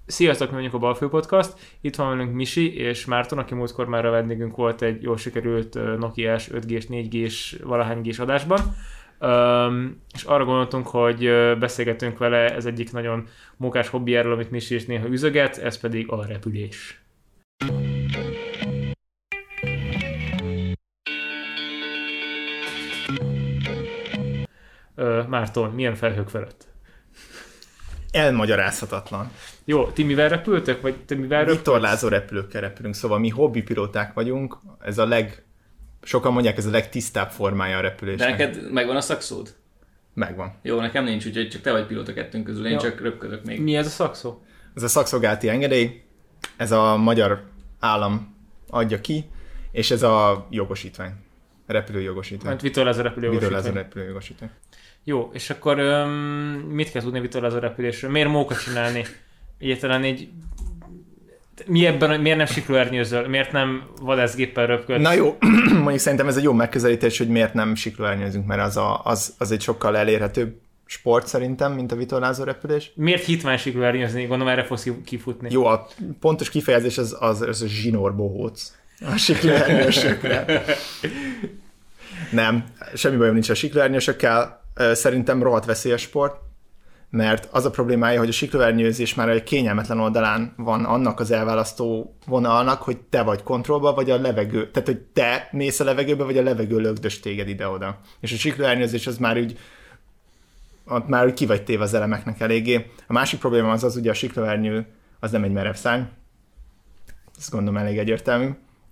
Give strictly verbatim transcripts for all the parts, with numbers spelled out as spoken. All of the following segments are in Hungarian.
Sziasztok, mi vagyunk a Balfő Podcast. Itt van velünk Misi és Márton, aki múltkor már a vendégünk volt egy jól sikerült Nokia-s, öt G-s, négy G-s, valahány G-s adásban. Um, és arra gondoltunk, hogy beszélgetünk vele ez egyik nagyon mókás hobbiáról, amit Misi is néha üzöget, ez pedig a repülés. Uh, Márton, milyen felhők felett? Elmagyarázhatatlan. Jó, ti mivel repültök? Vagy te mivel repülsz? Vitorlázó repülőkkel repülünk, szóval mi hobbipilóták vagyunk, ez a leg, sokan mondják, ez a legtisztább formája a repülésnek. De neked megvan a szakszód? Megvan. Jó, nekem nincs, úgyhogy csak te vagy pilóta kettőnk közül, én Jó. csak röpködök még. Mi ez a szakszó? Ez a szakszolgálati engedély, ez a magyar állam adja ki, és ez a jogosítvány, repülőjogosítvány. Mert vitorlázó repülőjogosítvány. Vitorlázó repülőjogosítvány. Jó, és akkor öm, mit kell tudni vitorlázó repülésről? Miért móka csinálni? Egyáltalán így... Mi ebben, miért nem siklóernyőzöl? Miért nem vadászgéppel röpködsz? Na jó, mondjuk szerintem ez egy jó megközelítés, hogy miért nem siklóernyőzünk, mert az, a, az, az egy sokkal elérhetőbb sport szerintem, mint a vitorlázó repülés. Miért hitvány siklóernyőzni? Gondolom erre fogsz kifutni. Jó, a pontos kifejezés az, az, az a zsinórbohóc. A siklóernyősökre. Nem, semmi bajom nincs a siklóernyősökkel. Szerintem rohadt veszélyes sport, mert az a problémája, hogy a siklóernyőzés már egy kényelmetlen oldalán van annak az elválasztó vonalnak, hogy te vagy kontrollba, vagy a levegő, tehát hogy te mész a levegőbe, vagy a levegő lögdös téged ide-oda. És a siklóernyőzés az már úgy, ott már úgy ki vagy téve az elemeknek eléggé. A másik probléma az az, ugye a siklóernyő az nem egy merev szárny. Ezt gondolom elég egyértelmű.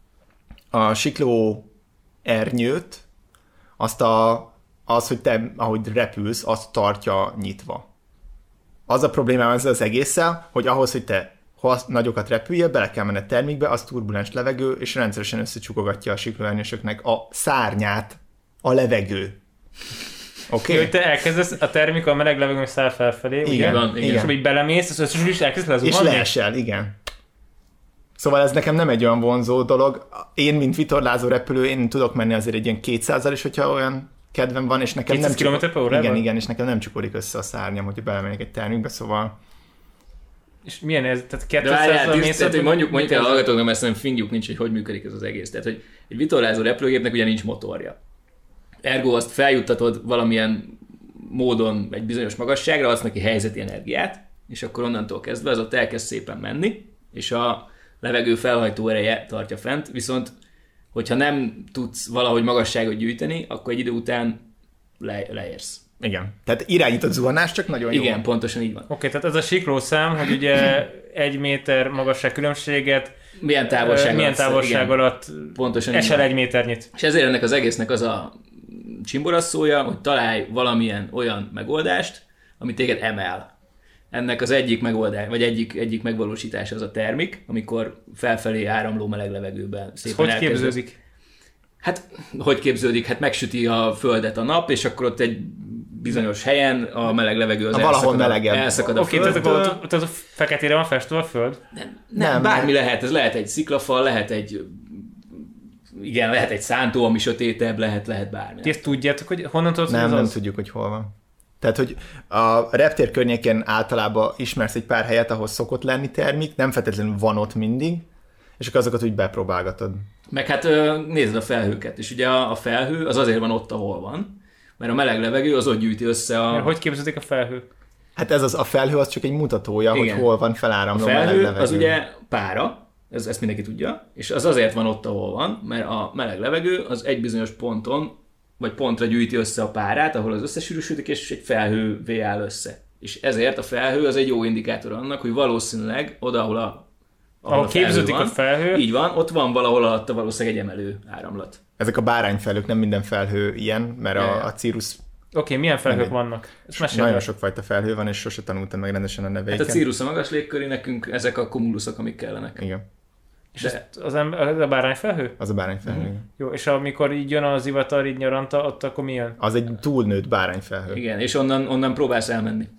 A siklóernyőt azt a az, hogy te, ahogy repülsz, azt tartja nyitva. Az a problémám ezzel az egésszel, hogy ahhoz, hogy te nagyokat repüljél, bele kell menned termikbe, az turbulens levegő, és rendszeresen összecsukogatja a siklóernyősöknek a szárnyát, a levegő. Oké? Okay? Hogy te elkezdesz a termika a meleg levegőn száll felfelé, igen, ugye? Van, igen. És hogy belemész, az összes is elkezd lezuhanni? És leesel, igen. Szóval ez nekem nem egy olyan vonzó dolog. Én, mint vitorlázó repülő, én tudok menni azért egy ilyen kétszázzal is, hogyha olyan kedvem van, és nekem nem kilométer per órában? Igen, igen, és nekem nem csukódik össze a szárnyam, hogyha belemegyek egy termikbe, szóval... És milyen ez? Tehát De kétszázzal mész? Tehát, hogy mondjuk, mondjuk el a hallgatóknak, mert szerintem fingjuk nincs, hogy hogy működik ez az egész. Tehát, hogy egy vitorlázó repülőgépnek ugye nincs motorja. Ergo azt feljuttatod valamilyen módon egy bizonyos magasságra, adsz neki helyzeti energiát, és akkor onnantól kezdve az ott elkezd szépen menni, és a levegő felhajtó ereje tartja fent, viszont hogyha nem tudsz valahogy magasságot gyűjteni, akkor egy idő után le, leérsz. Igen. Tehát irányított zuhanás, csak nagyon jó. Igen, pontosan így van. Oké, okay, tehát ez a siklószám, hogy ugye egy méter magasság különbséget milyen távolság, milyen távolság alatt pontosan esel egy méternyit. És ezért ennek az egésznek az a csimborasszója, hogy találj valamilyen olyan megoldást, ami téged emel. Ennek az egyik megoldás, vagy egyik, egyik megvalósítása az a termik, amikor felfelé áramló meleg levegőben szépen hogy elkezdő. képződik? Hát, hogy képződik? Hát megsüti a földet a nap, és akkor ott egy bizonyos helyen a meleg levegő az a valahol melegebb. Elszakad a Oké, földtől. tehát akkor ott az a feketére van festve a föld? Nem, nem, nem, bármi lehet. Ez lehet egy sziklafal, lehet egy igen, lehet egy szántó, ami sötétebb, lehet, lehet bármi. Ti ezt tudjátok, hogy honnan tudod, Nem, hogy nem az? tudjuk, hogy hol van. Tehát, hogy a reptér környéken általában ismersz egy pár helyet, ahol szokott lenni termik, nem feltétlenül van ott mindig, és akkor azokat úgy bepróbálgatod. Meg hát nézd a felhőket, és ugye a felhő az azért van ott, ahol van, mert a meleg levegő az ott gyűjti össze a... Hogy képződik a felhő? Hát ez az, a felhő az csak egy mutatója, igen, hogy hol van feláramló a meleg felhő levegő. az ugye pára, ez, ezt mindenki tudja, és az azért van ott, ahol van, mert a meleg levegő az egy bizonyos ponton, vagy pontra gyűjti össze a párát, ahol az összesűrűsödik, és egy felhővé áll össze. És ezért a felhő az egy jó indikátor annak, hogy valószínűleg oda, ahol a ahol a képződik van, a felhő. Így van, ott van valahol alatta valószínűleg egy emelő áramlat. Ezek a bárányfelhők, nem minden felhő ilyen, mert a, a Cirrus... Oké, okay, milyen felhők nem, vannak? Nagyon sokfajta felhő van, és sose tanultam meg rendesen a neveiket. Hát a Cirrus a magas légköri, nekünk ezek a cumulusok, amik kellenek. Igen. És De... az, az a bárányfelhő? Az a bárányfelhő. Mm. Jó, és amikor így jön az ivatar, így nyaranta, ott akkor mi jön? Az egy túlnőtt bárányfelhő. Igen, és onnan, onnan próbálsz elmenni.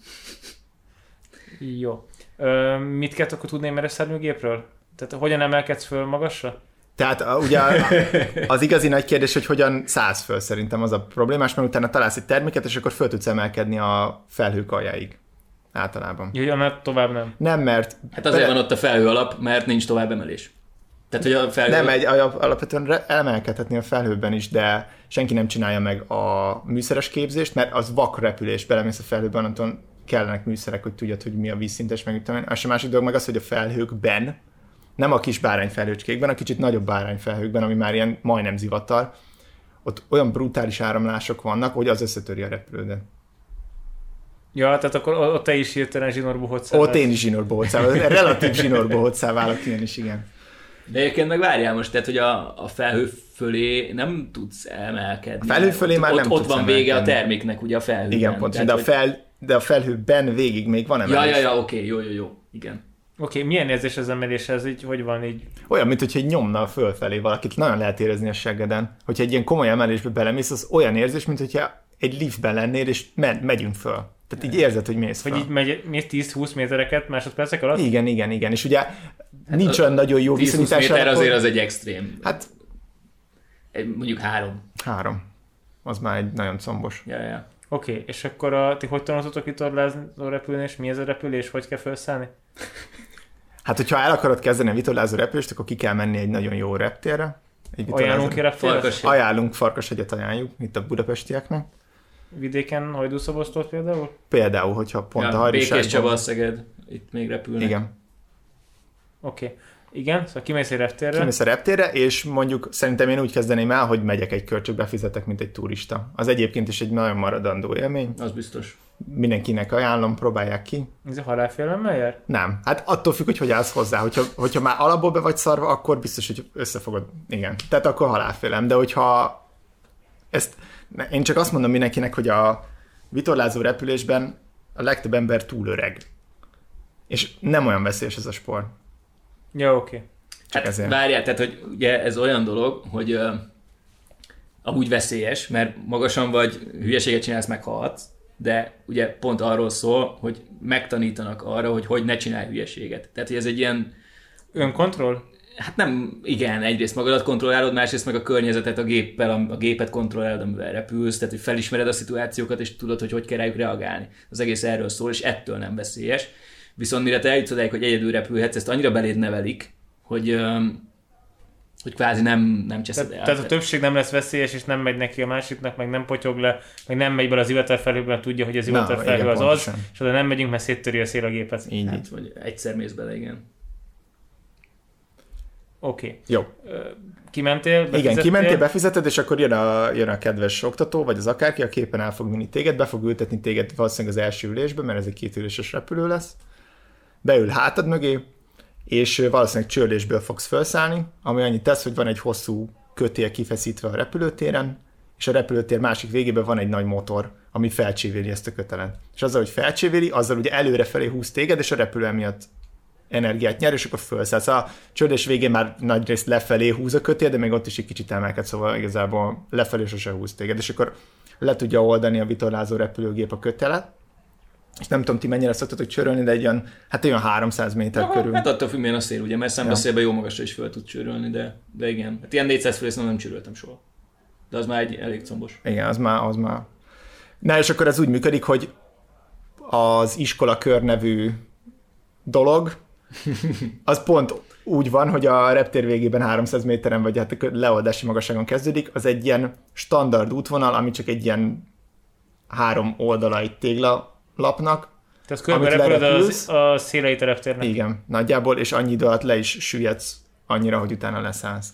Jó. Ö, mit kell akkor tudni egy meresszárnyúgépről? Tehát hogyan emelkedsz föl magasra? Tehát ugye az igazi nagy kérdés, hogy hogyan szállsz föl, szerintem az a problémás, mert utána találsz egy terméket, és akkor föl tudsz emelkedni a felhők aljáig. általában. Jöjjön, mert tovább nem. Nem, mert... Hát azért van ott a felhő alap, mert nincs tovább emelés. Tehát, hogy a felhő... Nem, egy, alapvetően emelkedhetni a felhőben is, de senki nem csinálja meg a műszeres képzést, mert az vak repülés, belemész a felhőben, onnantól kellenek műszerek, hogy tudjad, hogy mi a vízszintes, meg tudom én. És a másik dolog meg az, hogy a felhőkben, nem a kis bárányfelhőcskékben, a kicsit nagyobb bárányfelhőkben, ami már ilyen majdnem zivatar, ott olyan brutális áramlások vannak, hogy az összetöri a repülődet. Ja, tehát akkor ott te is hirtelen zsinórbohócá Ott én is zsinórbohócá válok, relatív zsinórbohócá válok ilyen is, igen. De egyébként meg várjál most, tehát, hogy a, a felhő fölé nem tudsz emelkedni. A felhő fölé már ott, nem ott tudsz van vége emelkedni. a terméknek, ugye a felhőben. Igen, pontosan, tehát, de, a hogy... fel, de a felhőben végig még van emelés. Ja, ja, ja, oké, okay, jó, jó, jó, igen. Oké, okay, milyen érzés az emeléshez, így, hogy van így? Olyan, mint hogyha egy nyomna fölfelé valakit, nagyon lehet érezni a seggeden. Hogyha egy ilyen komoly emelésbe belemész, az olyan érzés, mint hogyha egy liftben lennél, és me- megyünk föl. Tehát így érzed, hogy mész föl. Hogy így megy, mész tíz-húsz métereket másodpercek alatt? Igen, igen, igen. És ugye hát nincs olyan nagyon jó viszonyítás. viszonyítás. méter azért az egy extrém. Hát egy, mondjuk három. három. Az már egy nagyon combos. Ja, ja. Oké, okay, és akkor a, ti hogy tanultatok vitorlázni repülni, és mi ez a repülés, hogy kell felszállni? Hát, hogyha el akarod kezdeni a vitorlázó repülést, akkor ki kell menni egy nagyon jó reptérre. Egy Ajánlunk ki reptérre? Farkashegy. Ajánlunk, Farkashegyet ajánljuk, itt a budapestieknek. Vidéken Hajdúszobosztót például? Például, hogyha pont Ja, a hajdiságban... Békés Csaba, Szeged, itt még repülnek. Igen. Oké. Okay. Igen, szóval kimész egy reptérre. Kimész a reptérre, és mondjuk szerintem én úgy kezdeném el, hogy megyek egy kört, csak befizetek, mint egy turista. Az egyébként is egy nagyon maradandó élmény. Az biztos. Mindenkinek ajánlom, próbálják ki. Ez a halálfélelemmel jár? Nem. Hát attól függ, hogy hogy állsz hozzá. Hogyha, hogyha már alapból be vagy szarva, akkor biztos, hogy összefogod. Igen. Tehát akkor halálfélem. De hogyha ezt... Én csak azt mondom mindenkinek, hogy a vitorlázó repülésben a legtöbb ember túl öreg. És nem olyan veszélyes ez a sport. Ja, oké. Okay. Hát ezért. várjál, tehát hogy ugye ez olyan dolog, hogy uh, amúgy veszélyes, mert magasan vagy, hülyeséget csinálsz, meghalhatsz, de ugye pont arról szól, hogy megtanítanak arra, hogy hogy ne csinálj hülyeséget. Tehát, hogy ez egy ilyen... Önkontroll? Hát nem, igen, egyrészt magadat kontrollálod, másrészt meg a környezetet, a géppel, a, a gépet kontrollálod, amivel repülsz, tehát hogy felismered a szituációkat, és tudod, hogy hogy kell rájuk reagálni. Az egész erről szól, és ettől nem veszélyes. Viszont mire te eljutsz odáig, hogy egyedül repülhetsz, ezt annyira beléd nevelik, hogy, öm, hogy kvázi nem, nem cseszed el. Tehát a többség nem lesz veszélyes, és nem megy neki a másiknak, meg nem potyog le, meg nem megy bele az ivatarfelhőben, tudja, hogy az ivatarfelhő az pontosan. az, és oda nem megyünk, mert széttöri a szél a gépet. Így, Hát, így. vagy egyszer mész bele, igen. Oké. Okay. Jó. Kimentél, befizettél? Igen, kimentél, befizeted, és akkor jön a, jön a kedves oktató, vagy az akárki, a képen el fog vinni téged, be fog ültetni téged valószínűleg az első ülésbe, mert ez egy kétüléses repülő lesz. Beül hátad mögé, és valószínűleg csörlésből fogsz felszállni, ami annyit tesz, hogy van egy hosszú kötél kifeszítve a repülőtéren, és a repülőtér másik végében van egy nagy motor, ami felcsévéli ezt a kötelet. És azzal, hogy felcsévéli, azzal ugye előrefelé húz téged, és a repülő emiatt energiát nyer, és akkor felszállsz. A csörlés végén már nagyrészt lefelé húz a kötél, de még ott is egy kicsit emelked, szóval igazából lefelé sose húz téged, és akkor le tudja oldani a vitorlázó repülőgép a kötelet. És nem tudom, ti mennyire szoktatok csörölni, de egy olyan, hát olyan háromszáz méter Aha, körül. Hát attól függ, milyen a szél, ugye, mert szembeszélben Ja. jó magasra is fel tud csörölni, de, de igen. Hát ilyen négyszáz fölé nem csöröltem soha. De az már egy elég combos. Igen, az már, az már. Na, és akkor ez úgy működik, hogy az iskolakör nevű dolog, az pont úgy van, hogy a reptér végében háromszáz méteren, vagy hát a leoldási magasságon kezdődik, az egy ilyen standard útvonal, ami csak egy ilyen három oldala egy téglalapnak. Tehát körben repülöd az, a széleit a reptérnek. Igen, nagyjából, és annyi idő alatt le is süllyedsz annyira, hogy utána leszállsz.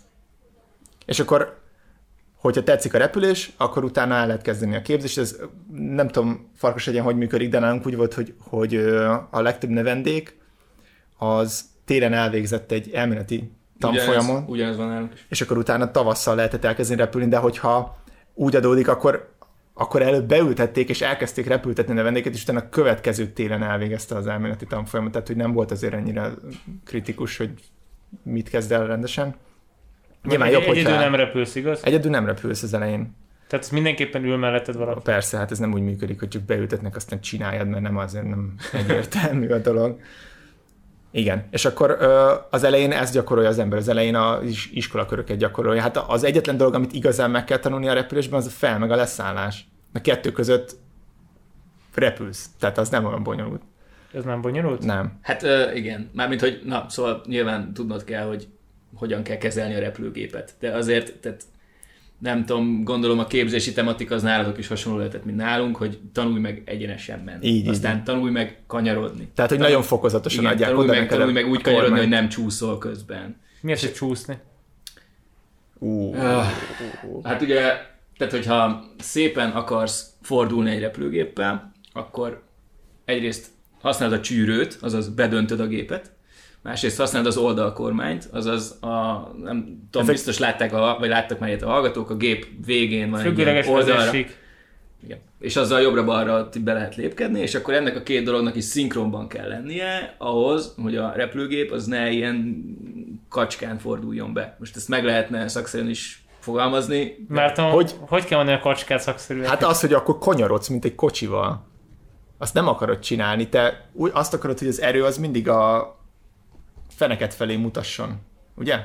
És akkor, hogyha tetszik a repülés, akkor utána el lehet kezdeni a képzést. Ez nem tudom, Farkashegyen hogy működik, de nálunk úgy volt, hogy, hogy a legtöbb növendék az télen elvégzett egy elméleti tanfolyamon, Ugyanez, ugyanez van nálunk is. és akkor utána tavasszal lehetett elkezdeni repülni, de hogyha úgy adódik, akkor, akkor előbb beültették, és elkezdték repültetni a növendéket, és utána a következő télen elvégezte az elméleti tanfolyamot, tehát hogy nem volt azért ennyire kritikus, hogy mit kezd el rendesen. Nyilván jobb, egyedül hogyha... nem repülsz, igaz? Egyedül nem repülsz az elején. Tehát mindenképpen ül melletted valaki. Persze, hát ez nem úgy működik, hogy csak beültetnek, aztán csináljad, mert nem azért nem egyértelmű a dolog. Igen, és akkor az elején ezt gyakorolja az ember, az elején az iskolaköröket gyakorolja. Hát az egyetlen dolog, amit igazán meg kell tanulni a repülésben, az a fel meg a leszállás. A kettő között repülsz, tehát az nem olyan bonyolult. Ez nem bonyolult? Nem. Hát uh, igen, mármint, hogy na, szóval nyilván tudnod kell, hogy hogyan kell kezelni a repülőgépet. De azért, tehát nem tudom, gondolom a képzési tematika az nálatok is hasonló lehetett, mint nálunk, hogy tanulj meg egyenesen menni. Így, Aztán így. tanulj meg kanyarodni. Tehát, hogy tanulj, nagyon fokozatosan igen, adják tanulj oda meg, neked tanulj a meg úgy kanyarodni, kormányt. hogy nem csúszol közben. Mi az, hogy csúszni? Uh. Hát ugye, tehát hogyha szépen akarsz fordulni egy repülőgéppel, akkor egyrészt használod a csűrőt, azaz bedöntöd a gépet, másrészt használod az oldalkormányt, azaz a, nem tudom, Ezek... biztos látták, a, vagy láttak már ilyet a hallgatók, a gép végén van egy Függőleges ilyen oldalra. vezérsík. Igen. És azzal jobbra-balra be lehet lépkedni, és akkor ennek a két dolognak is szinkronban kell lennie ahhoz, hogy a repülőgép az ne ilyen kacskán forduljon be. Most ezt meg lehetne szakszerűen is fogalmazni. Mert a, Hogy- hogy, hogy kell mondani a kacskát szakszerűen? Hát az, hogy akkor kanyarodsz, mint egy kocsival. Azt nem akarod csinálni, te úgy azt akarod, hogy az erő az mindig a feneket felé mutasson. Ugye?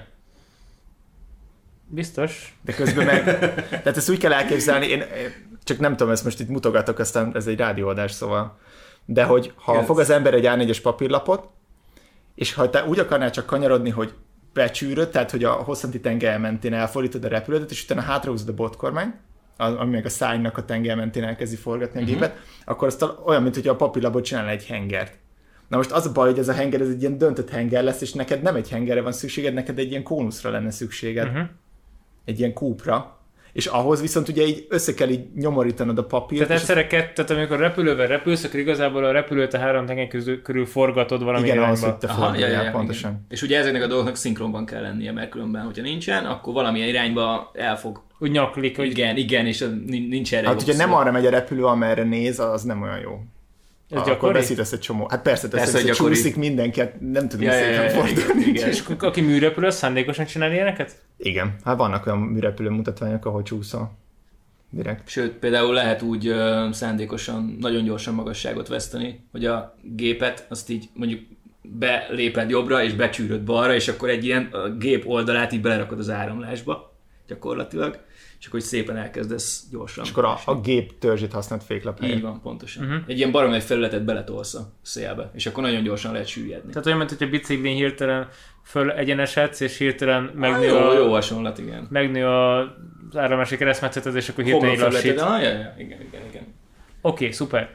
Biztos. De közben meg... Tehát ezt úgy kell elképzelni, én csak nem tudom, ezt most itt mutogatok, aztán ez egy rádióadás, szóval. De hogy ha Yes. fog az ember egy á négyes papírlapot, és ha te úgy akarnál csak kanyarodni, hogy becsűröd, tehát hogy a hosszanti tenger mentén elfordítod a repülőt, és utána hátrahúzod a botkormányt, ami meg a szárnynak a tenger mentén elkezdi forgatni a gépet, uh-huh. akkor azt olyan, mint hogy a papírlapot csinálna egy hengert. Na most az a baj, hogy ez a henger, ez egy ilyen döntött henger lesz, és neked nem egy hengerre van szükséged, neked egy ilyen kónuszra lenne szükséged. Uh-huh. Egy ilyen kúpra. És ahhoz viszont ugye így össze kell így nyomorítanod a papírt. Tehát egyszerre kett, tehát amikor repülővel repülsz, akkor igazából a repülőt a három tenger közül, körül forgatod valami igen, ahhoz, irányba. hogy te Aha, forduljál, ja, ja, ja, pontosan. igen. És ugye ezeknek a dolgoknak szinkronban kell lennie, mert különben, hogyha nincsen, akkor valamilyen irányba el fog. Úgy nyaklik, hogy Igen, igen, és nincs erre Hát jobb ugye nem szó. arra megy a repülő, amerre néz, az nem olyan jó. ez Akkor gyakori. veszítesz egy csomó. Hát persze, Persze, persze, hogy hogy gyakori. csúszik mindenki, hát nem tudunk Ja, ja, szépen ja, ja, fordulni. igen, igen. És aki műrepülő, az szándékosan csinál ilyeneket? Igen, hát vannak olyan műrepülő mutatványok, ahol csúszol. Direkt. Sőt, például lehet úgy ö, szándékosan, nagyon gyorsan magasságot veszteni, hogy a gépet azt így mondjuk beléped jobbra, és becsűröd balra, és akkor egy ilyen a gép oldalát így belerakod az áramlásba, gyakorlatilag, és akkor így szépen elkezdesz gyorsan. És akkor a, a gép törzsét használt féklap Így helyett. van, pontosan. Uh-huh. Egy ilyen baromi felületet beletolsz a szélbe, és akkor nagyon gyorsan lehet süllyedni. Tehát olyan, mint hogyha biciklin hirtelen föl egyenesedsz, és hirtelen Ah, megnő, jó, a, jó hasonlat, igen. megnő a, az áramlási keresztmetszeted, és akkor hirtelen így lassít. Oké, Ah, ja, ja, igen, igen, igen. okay, szuper.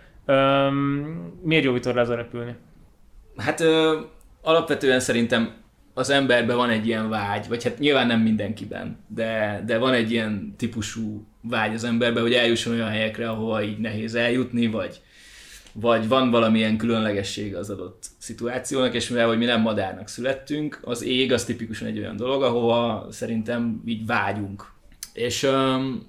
Um, miért jó vitorlázó repülni? Hát ö, alapvetően szerintem az emberben van egy ilyen vágy, vagy hát nyilván nem mindenkiben, de, de van egy ilyen típusú vágy az emberben, hogy eljusson olyan helyekre, ahova így nehéz eljutni, vagy, vagy van valamilyen különlegesség az adott szituációnak, és mivel hogy mi nem madárnak születtünk, az ég az tipikusan egy olyan dolog, ahova szerintem így vágyunk. És, öm,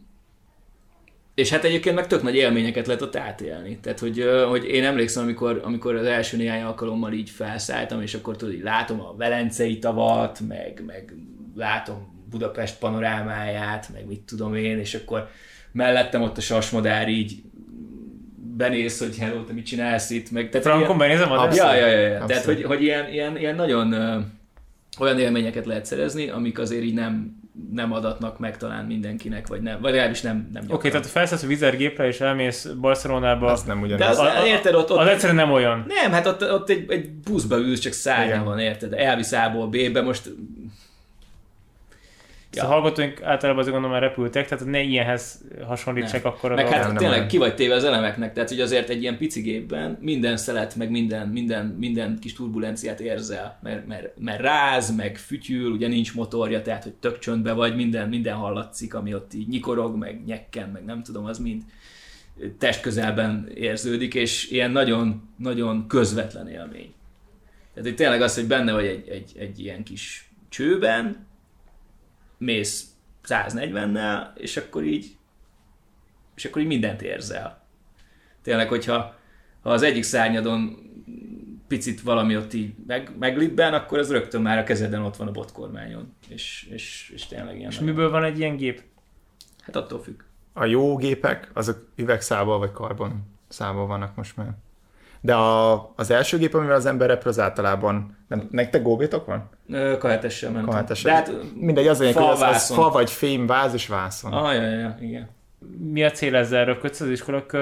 és hát egyébként meg tök nagy élményeket lehet ott átélni. Tehát, hogy, ö, hogy én emlékszem, amikor, amikor az első néhány alkalommal így felszálltam, és akkor tudod, így látom a Velencei tavat, meg, meg látom Budapest panorámáját, meg mit tudom én, és akkor mellettem ott a sasmadár így benéz, hogy hello, te mit csinálsz itt, meg... Tehát Frankon benézem a Ja, ja, ja, ja. Tehát, Abszolút. hogy, hogy ilyen, ilyen, ilyen nagyon ö, olyan élményeket lehet szerezni, amik azért így nem, nem adatnak meg talán mindenkinek, vagy nem, vagy legalábbis nem, nem gyakran. Oké, okay, tehát felszállsz a vizergépre, és elmész Barcelonába. Az nem De ugyanaz. az, A- a- érted, ott, ott Az egyszerűen nem olyan. nem, hát ott, ott egy, egy buszba ülsz, csak szárnya Igen. van, érted? Elvisz A-ból B-be, most... Ja. A hallgatóink általában azért gondolom már repültek, tehát ne ilyenhez hasonlítsák Nem. akkor a Meg dolgot. hát nem tényleg olyan. ki vagy téve az elemeknek, tehát hogy azért egy ilyen pici gépben minden szelet, meg minden, minden, minden kis turbulenciát érzel, mert, mert, mert ráz, meg fütyül, ugye nincs motorja, tehát hogy tök csöndbe vagy, minden, minden hallatszik, ami ott így nyikorog, meg nyekken, meg nem tudom, az mind testközelben érződik, és ilyen nagyon, nagyon közvetlen élmény. Tehát hogy tényleg az, hogy benne vagy egy, egy, egy ilyen kis csőben, mész száznegyvennel, és akkor így és akkor így mindent érzel. Tényleg, hogyha ha az egyik szárnyadon picit valami ott így meg, meglibben, akkor az rögtön már a kezeden ott van a botkormányon. És, és, és tényleg ilyen. És nagyon- miből van egy ilyen gép? Hát attól függ. A jó gépek, azok üvegszálból vagy karbon szálból vannak most már. De a, az első gép, amivel az ember repül, az általában... Nem, nektek góbétok van? Ö, Kahetessel mentem. Kahetessel. De hát Mindegy, az lényeg, hogy az, az falvászon. fa vagy fém, váz és vászon. Ah, ja, ja, ja, igen. Mi a cél ezzel? Röpködsz az iskolakör